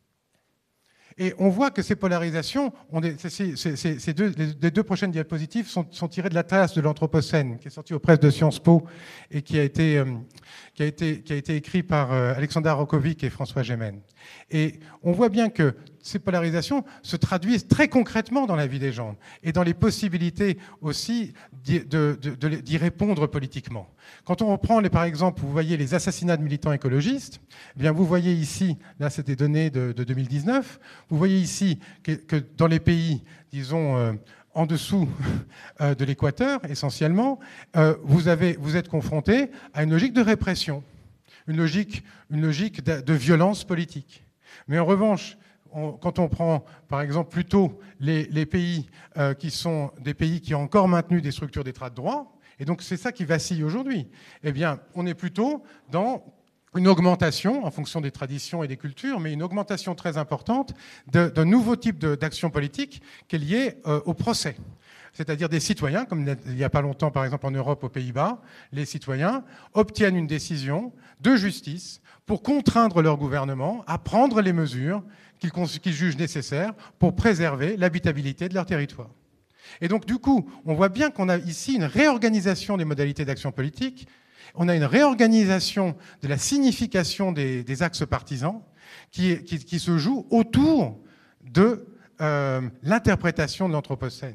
S1: Et on voit que ces polarisations, on est, ces, ces, ces deux, les deux prochaines diapositives sont, sont tirées de l'Atlas de l'Anthropocène, qui est sorti aux presses de Sciences Po et qui a été, euh, qui a été, qui a été écrit par euh, Alexandra Rokovic et François Gémen. Et on voit bien que ces polarisations se traduisent très concrètement dans la vie des gens et dans les possibilités aussi d'y, de, de, de, d'y répondre politiquement. Quand on reprend, les, par exemple, vous voyez les assassinats de militants écologistes, eh bien vous voyez ici, là c'est des données de, de deux mille dix-neuf, vous voyez ici que, que dans les pays, disons, euh, en dessous euh, de l'équateur, essentiellement, euh, vous, avez, vous êtes confrontés à une logique de répression, une logique, une logique de, de violence politique. Mais en revanche, on, quand on prend, par exemple, plutôt les, les pays euh, qui sont des pays qui ont encore maintenu des structures d'état de droit, et donc c'est ça qui vacille aujourd'hui, eh bien, on est plutôt dans une augmentation, en fonction des traditions et des cultures, mais une augmentation très importante de, d'un nouveau type de, d'action politique qui est lié euh, au procès. C'est-à-dire des citoyens, comme il n'y a pas longtemps, par exemple en Europe, aux Pays-Bas, les citoyens obtiennent une décision de justice pour contraindre leur gouvernement à prendre les mesures qu'ils, qu'ils jugent nécessaires pour préserver l'habitabilité de leur territoire. Et donc, du coup, on voit bien qu'on a ici une réorganisation des modalités d'action politique. On a une réorganisation de la signification des, des axes partisans qui, qui, qui se joue autour de euh, l'interprétation de l'Anthropocène.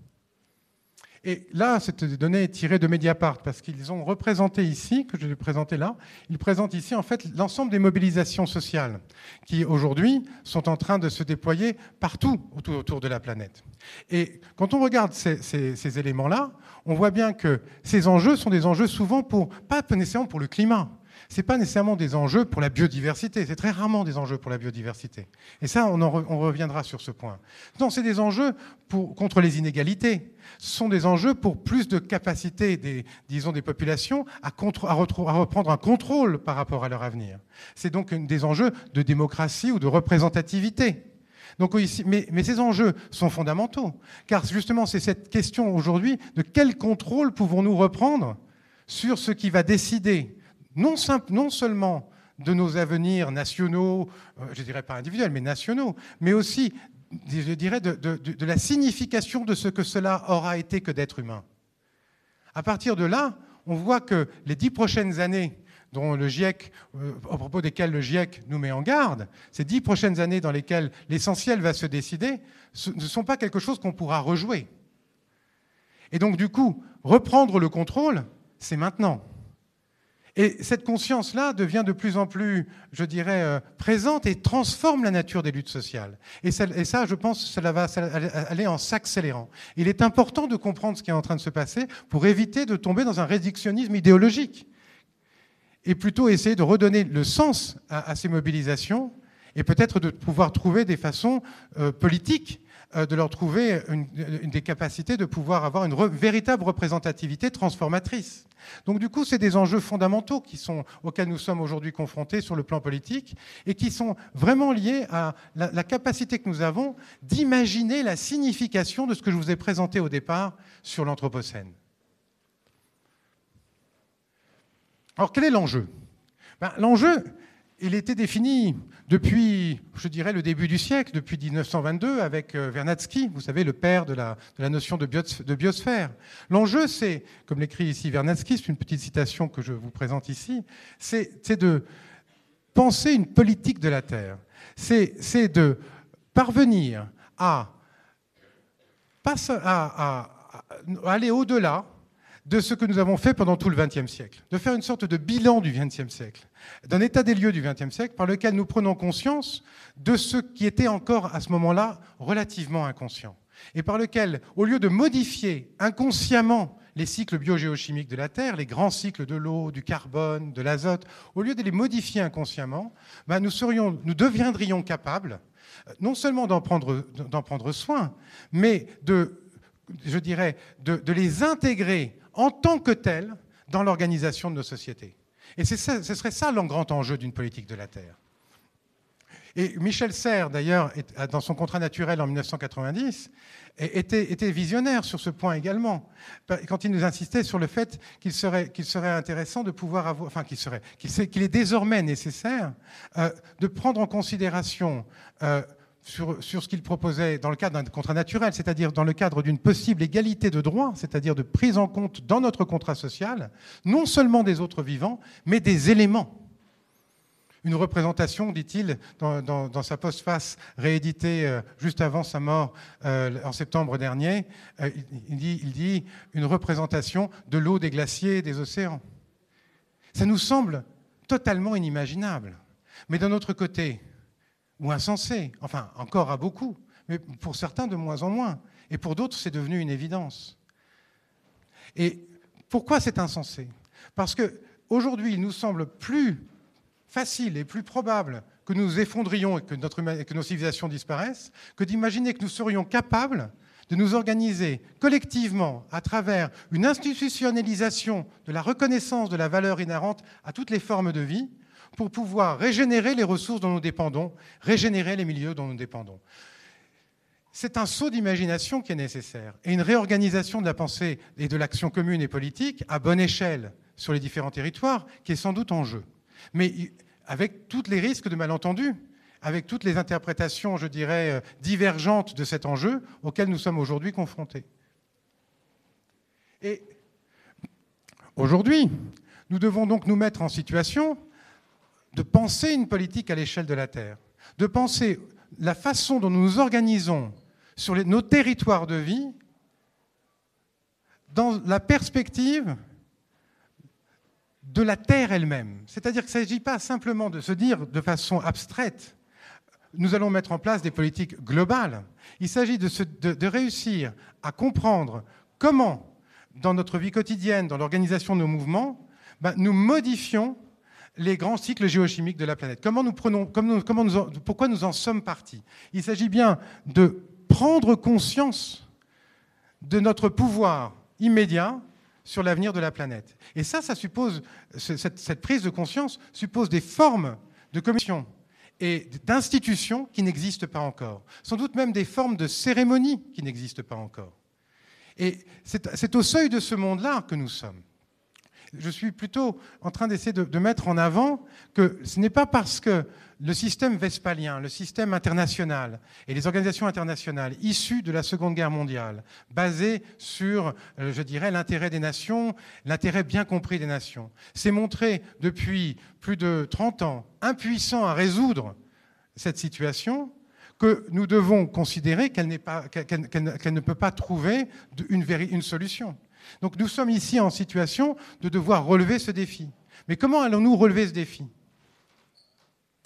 S1: Et là, cette donnée est tirée de Mediapart, parce qu'ils ont représenté ici, que je vais présenter là, ils présentent ici en fait l'ensemble des mobilisations sociales qui aujourd'hui sont en train de se déployer partout autour, autour de la planète. Et quand on regarde ces, ces, ces éléments-là, on voit bien que ces enjeux sont des enjeux souvent pour, pas nécessairement pour le climat, ce n'est pas nécessairement des enjeux pour la biodiversité, c'est très rarement des enjeux pour la biodiversité. Et ça, on, en re, on reviendra sur ce point. Non, c'est des enjeux pour, contre les inégalités. Ce sont des enjeux pour plus de capacité des, disons, des populations à, contre, à, retrouver, à reprendre un contrôle par rapport à leur avenir. C'est donc une, des enjeux de démocratie ou de représentativité. Donc, mais, mais ces enjeux sont fondamentaux, car justement, c'est cette question aujourd'hui de quel contrôle pouvons-nous reprendre sur ce qui va décider Non, simple, non seulement de nos avenirs nationaux, euh, je ne dirais pas individuels, mais nationaux, mais aussi, je dirais, de, de, de la signification de ce que cela aura été que d'être humain. À partir de là, on voit que les dix prochaines années, dont le GIEC, euh, à propos desquelles le GIEC nous met en garde, ces dix prochaines années dans lesquelles l'essentiel va se décider, ce ne sont pas quelque chose qu'on pourra rejouer. Et donc, du coup, reprendre le contrôle, c'est maintenant. Et cette conscience-là devient de plus en plus, je dirais, euh, présente et transforme la nature des luttes sociales. Et ça, et ça je pense, cela va aller en s'accélérant. Il est important de comprendre ce qui est en train de se passer pour éviter de tomber dans un réductionnisme idéologique et plutôt essayer de redonner le sens à, à ces mobilisations et peut-être de pouvoir trouver des façons euh, politiques euh, de leur trouver une, une des capacités de pouvoir avoir une re- véritable représentativité transformatrice. Donc du coup, c'est des enjeux fondamentaux qui sont, auxquels nous sommes aujourd'hui confrontés sur le plan politique et qui sont vraiment liés à la, la capacité que nous avons d'imaginer la signification de ce que je vous ai présenté au départ sur l'Anthropocène. Alors quel est l'enjeu ? Ben, l'enjeu, il était défini depuis, je dirais, le début du siècle, depuis mille neuf cent vingt-deux, avec Vernadsky, vous savez, le père de la, de la notion de, bios, de biosphère. L'enjeu, c'est, comme l'écrit ici Vernadsky, c'est une petite citation que je vous présente ici, c'est de penser une politique de la Terre. C'est de parvenir à, à, à, à aller au-delà de ce que nous avons fait pendant tout le vingtième siècle, de faire une sorte de bilan du vingtième siècle, d'un état des lieux du vingtième siècle par lequel nous prenons conscience de ce qui était encore à ce moment-là relativement inconscient, et par lequel, au lieu de modifier inconsciemment les cycles biogéochimiques de la Terre, les grands cycles de l'eau, du carbone, de l'azote, au lieu de les modifier inconsciemment, ben nous, serions, nous deviendrions capables non seulement d'en prendre, d'en prendre soin, mais de, je dirais, de, de les intégrer en tant que tel dans l'organisation de nos sociétés. Et ça, ce serait ça le grand enjeu d'une politique de la Terre. Et Michel Serres, d'ailleurs, dans son contrat naturel en mille neuf cent quatre-vingt-dix, était, était visionnaire sur ce point également, quand il nous insistait sur le fait qu'il serait, qu'il serait intéressant de pouvoir avoir, enfin qu'il serait, qu'il est désormais nécessaire euh, de prendre en considération euh, Sur, sur ce qu'il proposait dans le cadre d'un contrat naturel, c'est-à-dire dans le cadre d'une possible égalité de droits, c'est-à-dire de prise en compte dans notre contrat social, non seulement des autres vivants, mais des éléments. Une représentation, dit-il, dans, dans, dans sa postface rééditée euh, juste avant sa mort euh, en septembre dernier, euh, il, dit, il dit une représentation de l'eau des glaciers et des océans. Ça nous semble totalement inimaginable. Mais d'un autre côté, ou insensé, enfin encore à beaucoup, mais pour certains de moins en moins, et pour d'autres c'est devenu une évidence. Et pourquoi c'est insensé ? Parce qu'aujourd'hui il nous semble plus facile et plus probable que nous nous effondrions et que, notre, et que nos civilisations disparaissent, que d'imaginer que nous serions capables de nous organiser collectivement à travers une institutionnalisation de la reconnaissance de la valeur inhérente à toutes les formes de vie, pour pouvoir régénérer les ressources dont nous dépendons, régénérer les milieux dont nous dépendons. C'est un saut d'imagination qui est nécessaire et une réorganisation de la pensée et de l'action commune et politique à bonne échelle sur les différents territoires qui est sans doute en jeu. Mais avec tous les risques de malentendus, avec toutes les interprétations, je dirais, divergentes de cet enjeu auquel nous sommes aujourd'hui confrontés. Et aujourd'hui, nous devons donc nous mettre en situation de penser une politique à l'échelle de la Terre, de penser la façon dont nous nous organisons sur les, nos territoires de vie dans la perspective de la Terre elle-même. C'est-à-dire qu'il ne s'agit pas simplement de se dire de façon abstraite nous allons mettre en place des politiques globales. Il s'agit de, se, de, de réussir à comprendre comment, dans notre vie quotidienne, dans l'organisation de nos mouvements, ben, nous modifions les grands cycles géochimiques de la planète. Comment nous prenons, comment nous, comment nous en, pourquoi nous en sommes partis ? Il s'agit bien de prendre conscience de notre pouvoir immédiat sur l'avenir de la planète. Et ça, ça suppose, cette, cette prise de conscience suppose des formes de commission et d'institutions qui n'existent pas encore. Sans doute même des formes de cérémonies qui n'existent pas encore. Et c'est au seuil de ce monde-là que nous sommes. Je suis plutôt en train d'essayer de, de mettre en avant que ce n'est pas parce que le système westphalien, le système international et les organisations internationales issues de la Seconde Guerre mondiale, basées sur, je dirais, l'intérêt des nations, l'intérêt bien compris des nations, s'est montré depuis plus de trente ans impuissant à résoudre cette situation, que nous devons considérer qu'elle n'est pas, qu'elle, qu'elle, qu'elle ne peut pas trouver une, une solution. Donc nous sommes ici en situation de devoir relever ce défi. Mais comment allons-nous relever ce défi ?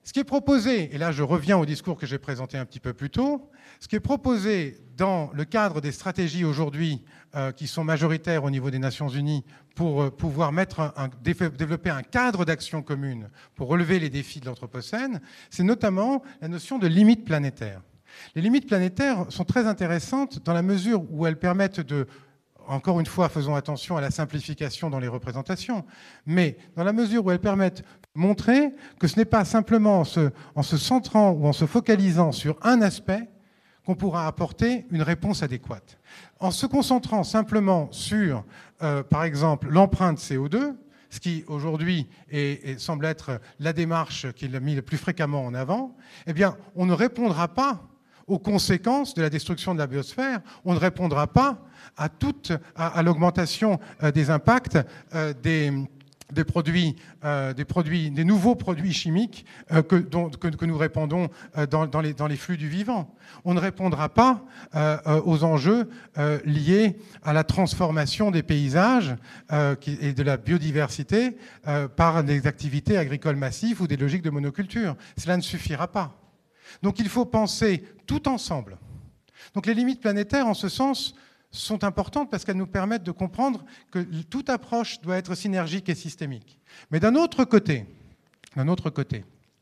S1: Ce qui est proposé, et là je reviens au discours que j'ai présenté un petit peu plus tôt, ce qui est proposé dans le cadre des stratégies aujourd'hui euh, qui sont majoritaires au niveau des Nations Unies pour euh, pouvoir mettre un, un, développer un cadre d'action commune pour relever les défis de l'Anthropocène, c'est notamment la notion de limites planétaires. Les limites planétaires sont très intéressantes dans la mesure où elles permettent de... Encore une fois, faisons attention à la simplification dans les représentations, mais dans la mesure où elles permettent de montrer que ce n'est pas simplement en se, en se centrant ou en se focalisant sur un aspect qu'on pourra apporter une réponse adéquate. En se concentrant simplement sur, euh, par exemple, l'empreinte C O deux, ce qui aujourd'hui est, est, semble être la démarche qu'il a mis le plus fréquemment en avant, eh bien, on ne répondra pas aux conséquences de la destruction de la biosphère, on ne répondra pas à, toute, à, à l'augmentation euh, des impacts euh, des, des, produits, euh, des, produits, des nouveaux produits chimiques euh, que, dont, que, que nous répandons euh, dans, dans, les, dans les flux du vivant. On ne répondra pas euh, euh, aux enjeux euh, liés à la transformation des paysages euh, qui, et de la biodiversité euh, par des activités agricoles massives ou des logiques de monoculture. Cela ne suffira pas. Donc il faut penser tout ensemble. Donc les limites planétaires, en ce sens, sont importantes parce qu'elles nous permettent de comprendre que toute approche doit être synergique et systémique. Mais d'un autre côté, d'un autre côté,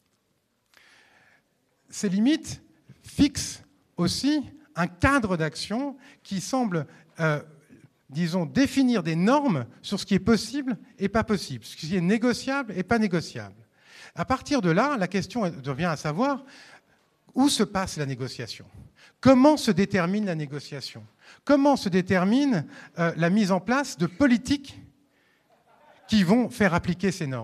S1: ces limites fixent aussi un cadre d'action qui semble, euh, disons, définir des normes sur ce qui est possible et pas possible, ce qui est négociable et pas négociable. À partir de là, la question devient à savoir où se passe la négociation ? Comment se détermine la négociation ? Comment se détermine euh, la mise en place de politiques qui vont faire appliquer ces normes ?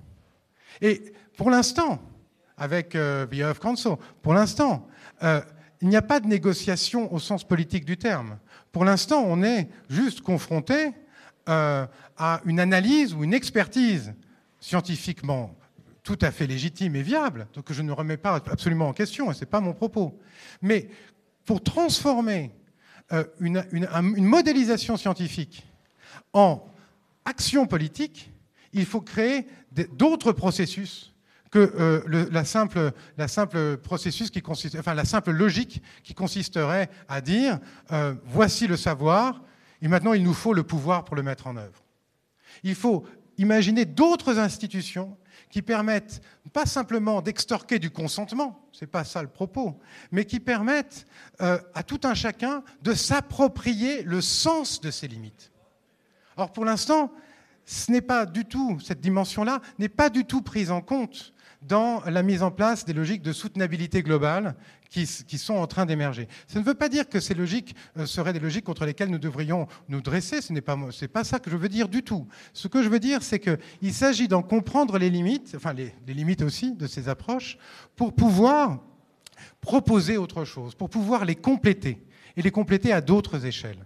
S1: Et pour l'instant, avec euh, The Earth Council, pour l'instant, euh, il n'y a pas de négociation au sens politique du terme. Pour l'instant, on est juste confronté euh, à une analyse ou une expertise scientifiquement tout à fait légitime et viable, donc je ne remets pas absolument en question, et ce n'est pas mon propos. Mais pour transformer euh, une, une, une modélisation scientifique en action politique, il faut créer d'autres processus que euh, le, la, simple, la simple processus qui consiste, enfin la simple logique qui consisterait à dire euh, voici le savoir et maintenant il nous faut le pouvoir pour le mettre en œuvre. Il faut imaginer d'autres institutions qui permettent pas simplement d'extorquer du consentement, ce n'est pas ça le propos, mais qui permettent euh, à tout un chacun de s'approprier le sens de ces limites. Or, pour l'instant, ce n'est pas du tout, cette dimension-là n'est pas du tout prise en compte dans la mise en place des logiques de soutenabilité globale qui, qui sont en train d'émerger. Ça ne veut pas dire que ces logiques euh, seraient des logiques contre lesquelles nous devrions nous dresser, ce n'est pas, c'est pas ça que je veux dire du tout. Ce que je veux dire, c'est qu'il s'agit d'en comprendre les limites, enfin les, les limites aussi de ces approches, pour pouvoir proposer autre chose, pour pouvoir les compléter, et les compléter à d'autres échelles.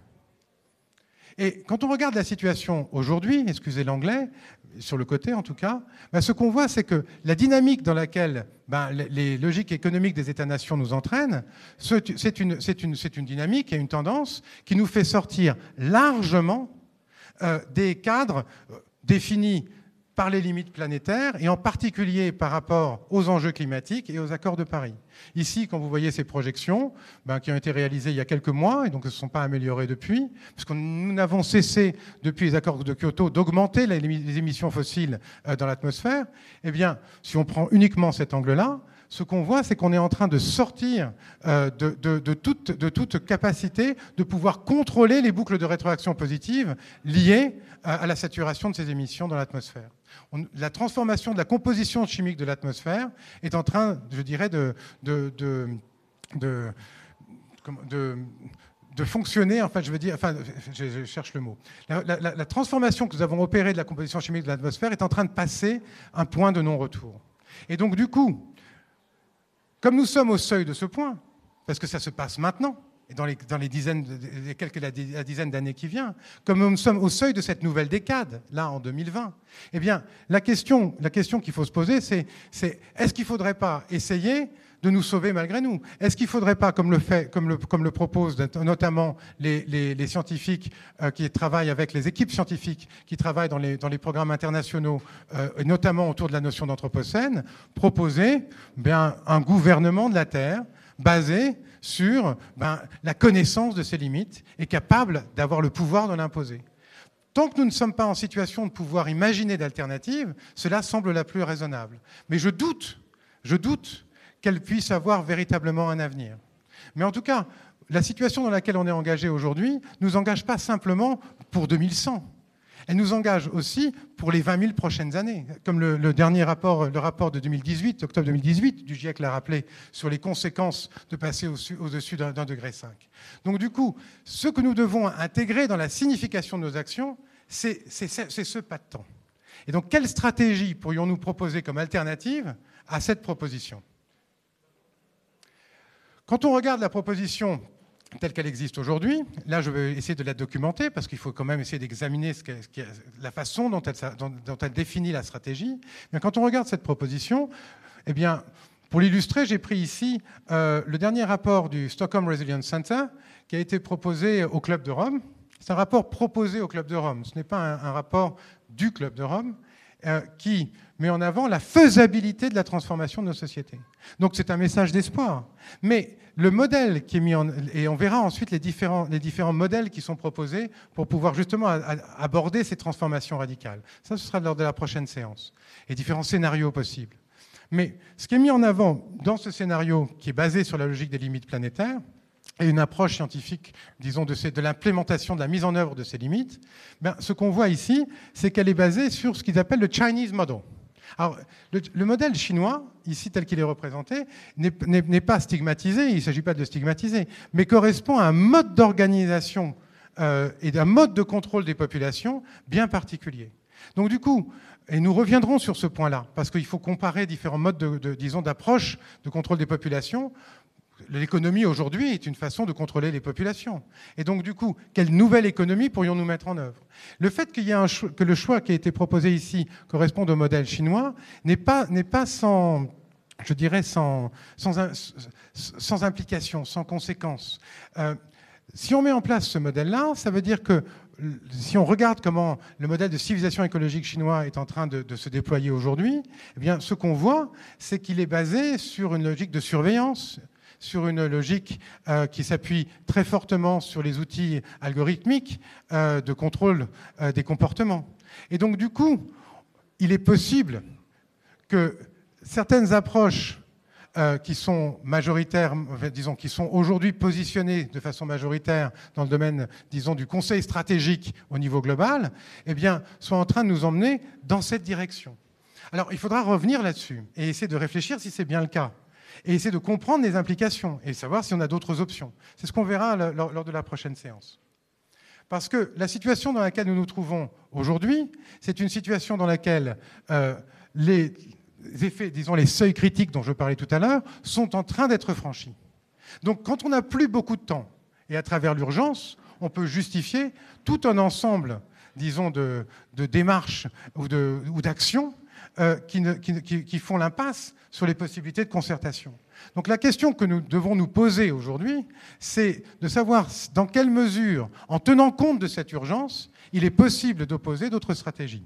S1: Et quand on regarde la situation aujourd'hui, excusez l'anglais, sur le côté en tout cas, ben ce qu'on voit, c'est que la dynamique dans laquelle ben, les logiques économiques des États-nations nous entraînent, c'est une, c'est une, c'est une dynamique et une tendance qui nous fait sortir largement euh, des cadres définis par les limites planétaires, et en particulier par rapport aux enjeux climatiques et aux accords de Paris. Ici, quand vous voyez ces projections, ben, qui ont été réalisées il y a quelques mois, et donc ne se sont pas améliorées depuis, puisque nous n'avons cessé, depuis les accords de Kyoto, d'augmenter les émissions fossiles dans l'atmosphère, eh bien, si on prend uniquement cet angle-là, ce qu'on voit, c'est qu'on est en train de sortir euh, de, de, de, toute, de toute capacité de pouvoir contrôler les boucles de rétroaction positive liées à, à la saturation de ces émissions dans l'atmosphère. La transformation de la composition chimique de l'atmosphère est en train, je dirais, de, de, de, de, de, de fonctionner, enfin, je veux dire, enfin, je, je cherche le mot. La, la, la transformation que nous avons opérée de la composition chimique de l'atmosphère est en train de passer un point de non-retour. Et donc, du coup, comme nous sommes au seuil de ce point, parce que ça se passe maintenant, et dans les, dans les dizaines, les quelques la, la dizaine d'années qui viennent, comme nous sommes au seuil de cette nouvelle décade, là en deux mille vingt, eh bien, la question, la question qu'il faut se poser, c'est, c'est est-ce qu'il ne faudrait pas essayer de nous sauver malgré nous? Est-ce qu'il ne faudrait pas, comme le, fait, comme le, comme le proposent notamment les, les, les scientifiques euh, qui travaillent avec les équipes scientifiques qui travaillent dans les, dans les programmes internationaux, euh, et notamment autour de la notion d'anthropocène, proposer bien, un gouvernement de la Terre basé sur ben, la connaissance de ses limites et capable d'avoir le pouvoir de l'imposer. Tant que nous ne sommes pas en situation de pouvoir imaginer d'alternatives, cela semble la plus raisonnable. Mais je doute, je doute qu'elle puisse avoir véritablement un avenir. Mais en tout cas, la situation dans laquelle on est engagé aujourd'hui ne nous engage pas simplement pour deux mille cent. Elle nous engage aussi pour les vingt mille prochaines années. Comme le, le dernier rapport, le rapport de deux mille dix-huit, octobre deux mille dix-huit, du GIEC l'a rappelé, sur les conséquences de passer au-dessus, au-dessus d'un, d'un degré cinq. Donc du coup, ce que nous devons intégrer dans la signification de nos actions, c'est, c'est, c'est ce pas de temps. Et donc, quelle stratégie pourrions-nous proposer comme alternative à cette proposition ? Quand on regarde la proposition telle qu'elle existe aujourd'hui, là je vais essayer de la documenter parce qu'il faut quand même essayer d'examiner ce qu'est, ce qu'est, la façon dont elle, dont, dont elle définit la stratégie. Mais quand on regarde cette proposition, eh bien, pour l'illustrer, j'ai pris ici euh, le dernier rapport du Stockholm Resilience Center qui a été proposé au Club de Rome. C'est un rapport proposé au Club de Rome, ce n'est pas un, un rapport du Club de Rome, euh, qui met en avant la faisabilité de la transformation de nos sociétés. Donc c'est un message d'espoir. Mais le modèle qui est mis en... Et on verra ensuite les différents, les différents modèles qui sont proposés pour pouvoir justement a, a, aborder ces transformations radicales. Ça, ce sera lors de la prochaine séance. Et différents scénarios possibles. Mais ce qui est mis en avant dans ce scénario, qui est basé sur la logique des limites planétaires, et une approche scientifique, disons, de, ces, de l'implémentation, de la mise en œuvre de ces limites, ben, ce qu'on voit ici, c'est qu'elle est basée sur ce qu'ils appellent le Chinese Model. Alors, le, le modèle chinois, ici tel qu'il est représenté, n'est, n'est, n'est pas stigmatisé, il ne s'agit pas de le stigmatiser, mais correspond à un mode d'organisation euh, et d'un mode de contrôle des populations bien particulier. Donc du coup, et nous reviendrons sur ce point-là, parce qu'il faut comparer différents modes de, de, disons, d'approche de contrôle des populations. L'économie aujourd'hui est une façon de contrôler les populations. Et donc, du coup, quelle nouvelle économie pourrions-nous mettre en œuvre ? Le fait qu'il y ait un choix, que le choix qui a été proposé ici corresponde au modèle chinois n'est pas, n'est pas sans, je dirais, sans, sans, sans implication, sans conséquence. Euh, si on met en place ce modèle-là, ça veut dire que si on regarde comment le modèle de civilisation écologique chinois est en train de, de se déployer aujourd'hui, eh bien, ce qu'on voit, c'est qu'il est basé sur une logique de surveillance, sur une logique euh, qui s'appuie très fortement sur les outils algorithmiques euh, de contrôle euh, des comportements. Et donc, du coup, il est possible que certaines approches euh, qui sont majoritaires, disons, qui sont aujourd'hui positionnées de façon majoritaire dans le domaine, disons, du conseil stratégique au niveau global, eh bien, soient en train de nous emmener dans cette direction. Alors, il faudra revenir là-dessus et essayer de réfléchir si c'est bien le cas. Et essayer de comprendre les implications et savoir si on a d'autres options. C'est ce qu'on verra lors de la prochaine séance. Parce que la situation dans laquelle nous nous trouvons aujourd'hui, c'est une situation dans laquelle euh, les effets, disons les seuils critiques dont je parlais tout à l'heure, sont en train d'être franchis. Donc quand on n'a plus beaucoup de temps, et à travers l'urgence, on peut justifier tout un ensemble, disons, de, de démarches ou, de, ou d'actions euh, qui, ne, qui, qui, qui font l'impasse sur les possibilités de concertation. Donc la question que nous devons nous poser aujourd'hui, c'est de savoir dans quelle mesure, en tenant compte de cette urgence, il est possible d'opposer d'autres stratégies.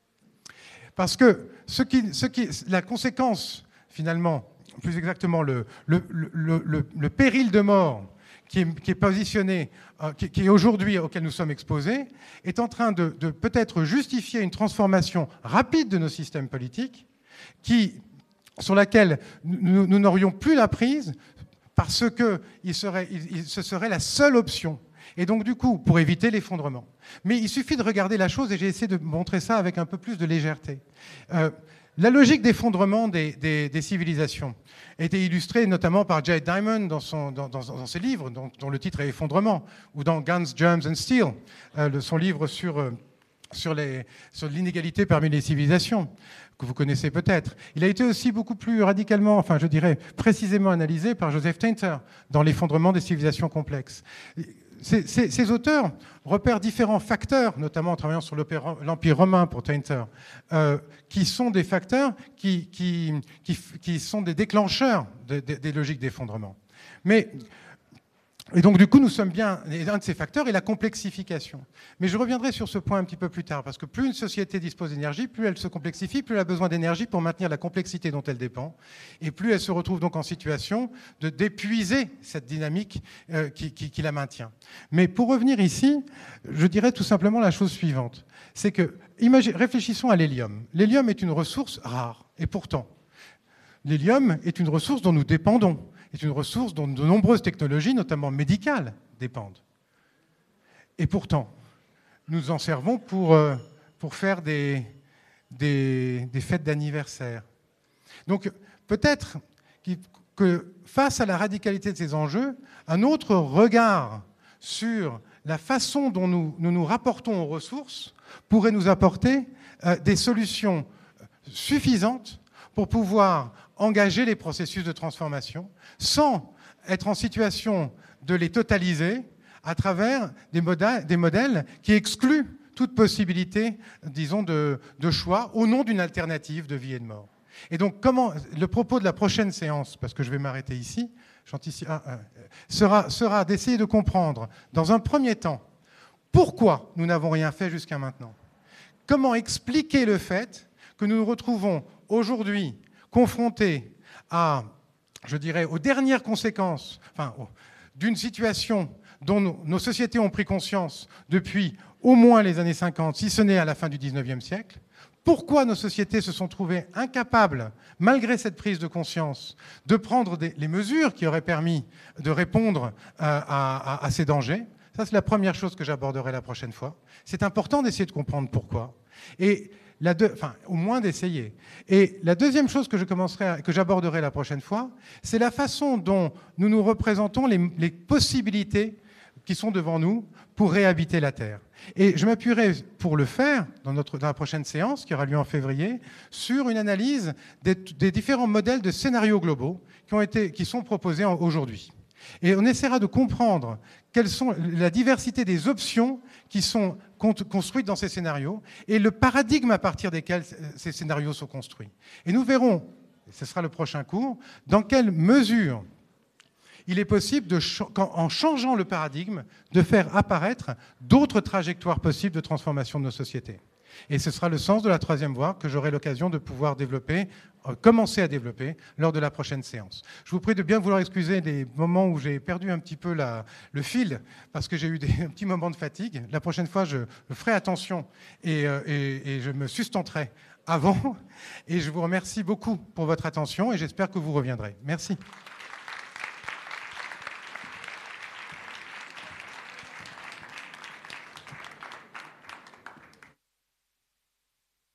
S1: Parce que ce qui, ce qui, la conséquence, finalement, plus exactement le, le, le, le, le péril de mort qui est, qui est positionné, euh, qui, qui est aujourd'hui auquel nous sommes exposés, est en train de, de peut-être justifier une transformation rapide de nos systèmes politiques qui, sur laquelle nous, nous n'aurions plus la prise parce que il serait, il, il, ce serait la seule option. Et donc, du coup, pour éviter l'effondrement. Mais il suffit de regarder la chose, et j'ai essayé de montrer ça avec un peu plus de légèreté. Euh, la logique d'effondrement des, des, des civilisations a été illustrée notamment par Jay Diamond dans, son, dans, dans, dans ses livres, dont, dont le titre est Effondrement, ou dans Guns, Germs and Steel, euh, son livre sur... Euh, sur, les, sur l'inégalité parmi les civilisations. que vous connaissez peut-être. Il a été aussi beaucoup plus radicalement, enfin je dirais précisément analysé par Joseph Tainter dans l'effondrement des civilisations complexes. Ces, ces, ces auteurs repèrent différents facteurs, notamment en travaillant sur l'Empire romain pour Tainter, euh, qui sont des facteurs qui, qui, qui, qui sont des déclencheurs de, de, des logiques d'effondrement. Mais Et donc, du coup, nous sommes bien... Un de ces facteurs est la complexification. Mais je reviendrai sur ce point un petit peu plus tard, parce que plus une société dispose d'énergie, plus elle se complexifie, plus elle a besoin d'énergie pour maintenir la complexité dont elle dépend, et plus elle se retrouve donc en situation de d'épuiser cette dynamique euh, qui, qui, qui la maintient. Mais pour revenir ici, je dirais tout simplement la chose suivante. C'est que, imagine, réfléchissons à l'hélium. L'hélium est une ressource rare, et pourtant, l'hélium est une ressource dont nous dépendons. est une ressource dont de nombreuses technologies, notamment médicales, dépendent. Et pourtant, nous en servons pour, euh, pour faire des, des, des fêtes d'anniversaire. Donc, peut-être que face à la radicalité de ces enjeux, un autre regard sur la façon dont nous nous, nous rapportons aux ressources pourrait nous apporter euh, des solutions suffisantes pour pouvoir engager les processus de transformation sans être en situation de les totaliser à travers des modèles, des modèles qui excluent toute possibilité, disons, de, de choix au nom d'une alternative de vie et de mort. Et donc, comment, le propos de la prochaine séance, parce que je vais m'arrêter ici, ah, euh, sera, sera d'essayer de comprendre, dans un premier temps, pourquoi nous n'avons rien fait jusqu'à maintenant. Comment expliquer le fait que nous nous retrouvons aujourd'hui confrontés à, je dirais, aux dernières conséquences enfin, d'une situation dont nos, nos sociétés ont pris conscience depuis au moins les années cinquante, si ce n'est à la fin du dix-neuvième siècle. Pourquoi nos sociétés se sont trouvées incapables, malgré cette prise de conscience, de prendre des, les mesures qui auraient permis de répondre à, à, à ces dangers. Ça, c'est la première chose que j'aborderai la prochaine fois. C'est important d'essayer de comprendre pourquoi. Et La deux, enfin, au moins d'essayer. Et la deuxième chose que je commencerai, à, que j'aborderai la prochaine fois, c'est la façon dont nous nous représentons les, les possibilités qui sont devant nous pour réhabiter la Terre. Et je m'appuierai pour le faire, dans, notre, dans la prochaine séance, qui aura lieu en février, sur une analyse des, des différents modèles de scénarios globaux qui, ont été, qui sont proposés aujourd'hui. Et on essaiera de comprendre quelles sont la diversité des options qui sont construites dans ces scénarios et le paradigme à partir desquels ces scénarios sont construits. Et nous verrons, et ce sera le prochain cours, dans quelle mesure il est possible, de, en changeant le paradigme, de faire apparaître d'autres trajectoires possibles de transformation de nos sociétés. Et ce sera le sens de la troisième voie que j'aurai l'occasion de pouvoir développer, euh, commencer à développer lors de la prochaine séance. Je vous prie de bien vouloir excuser des moments où j'ai perdu un petit peu la, le fil, parce que j'ai eu des, un petit moment de fatigue. La prochaine fois, je, je ferai attention et, euh, et, et je me sustenterai avant. Et je vous remercie beaucoup pour votre attention et j'espère que vous reviendrez. Merci.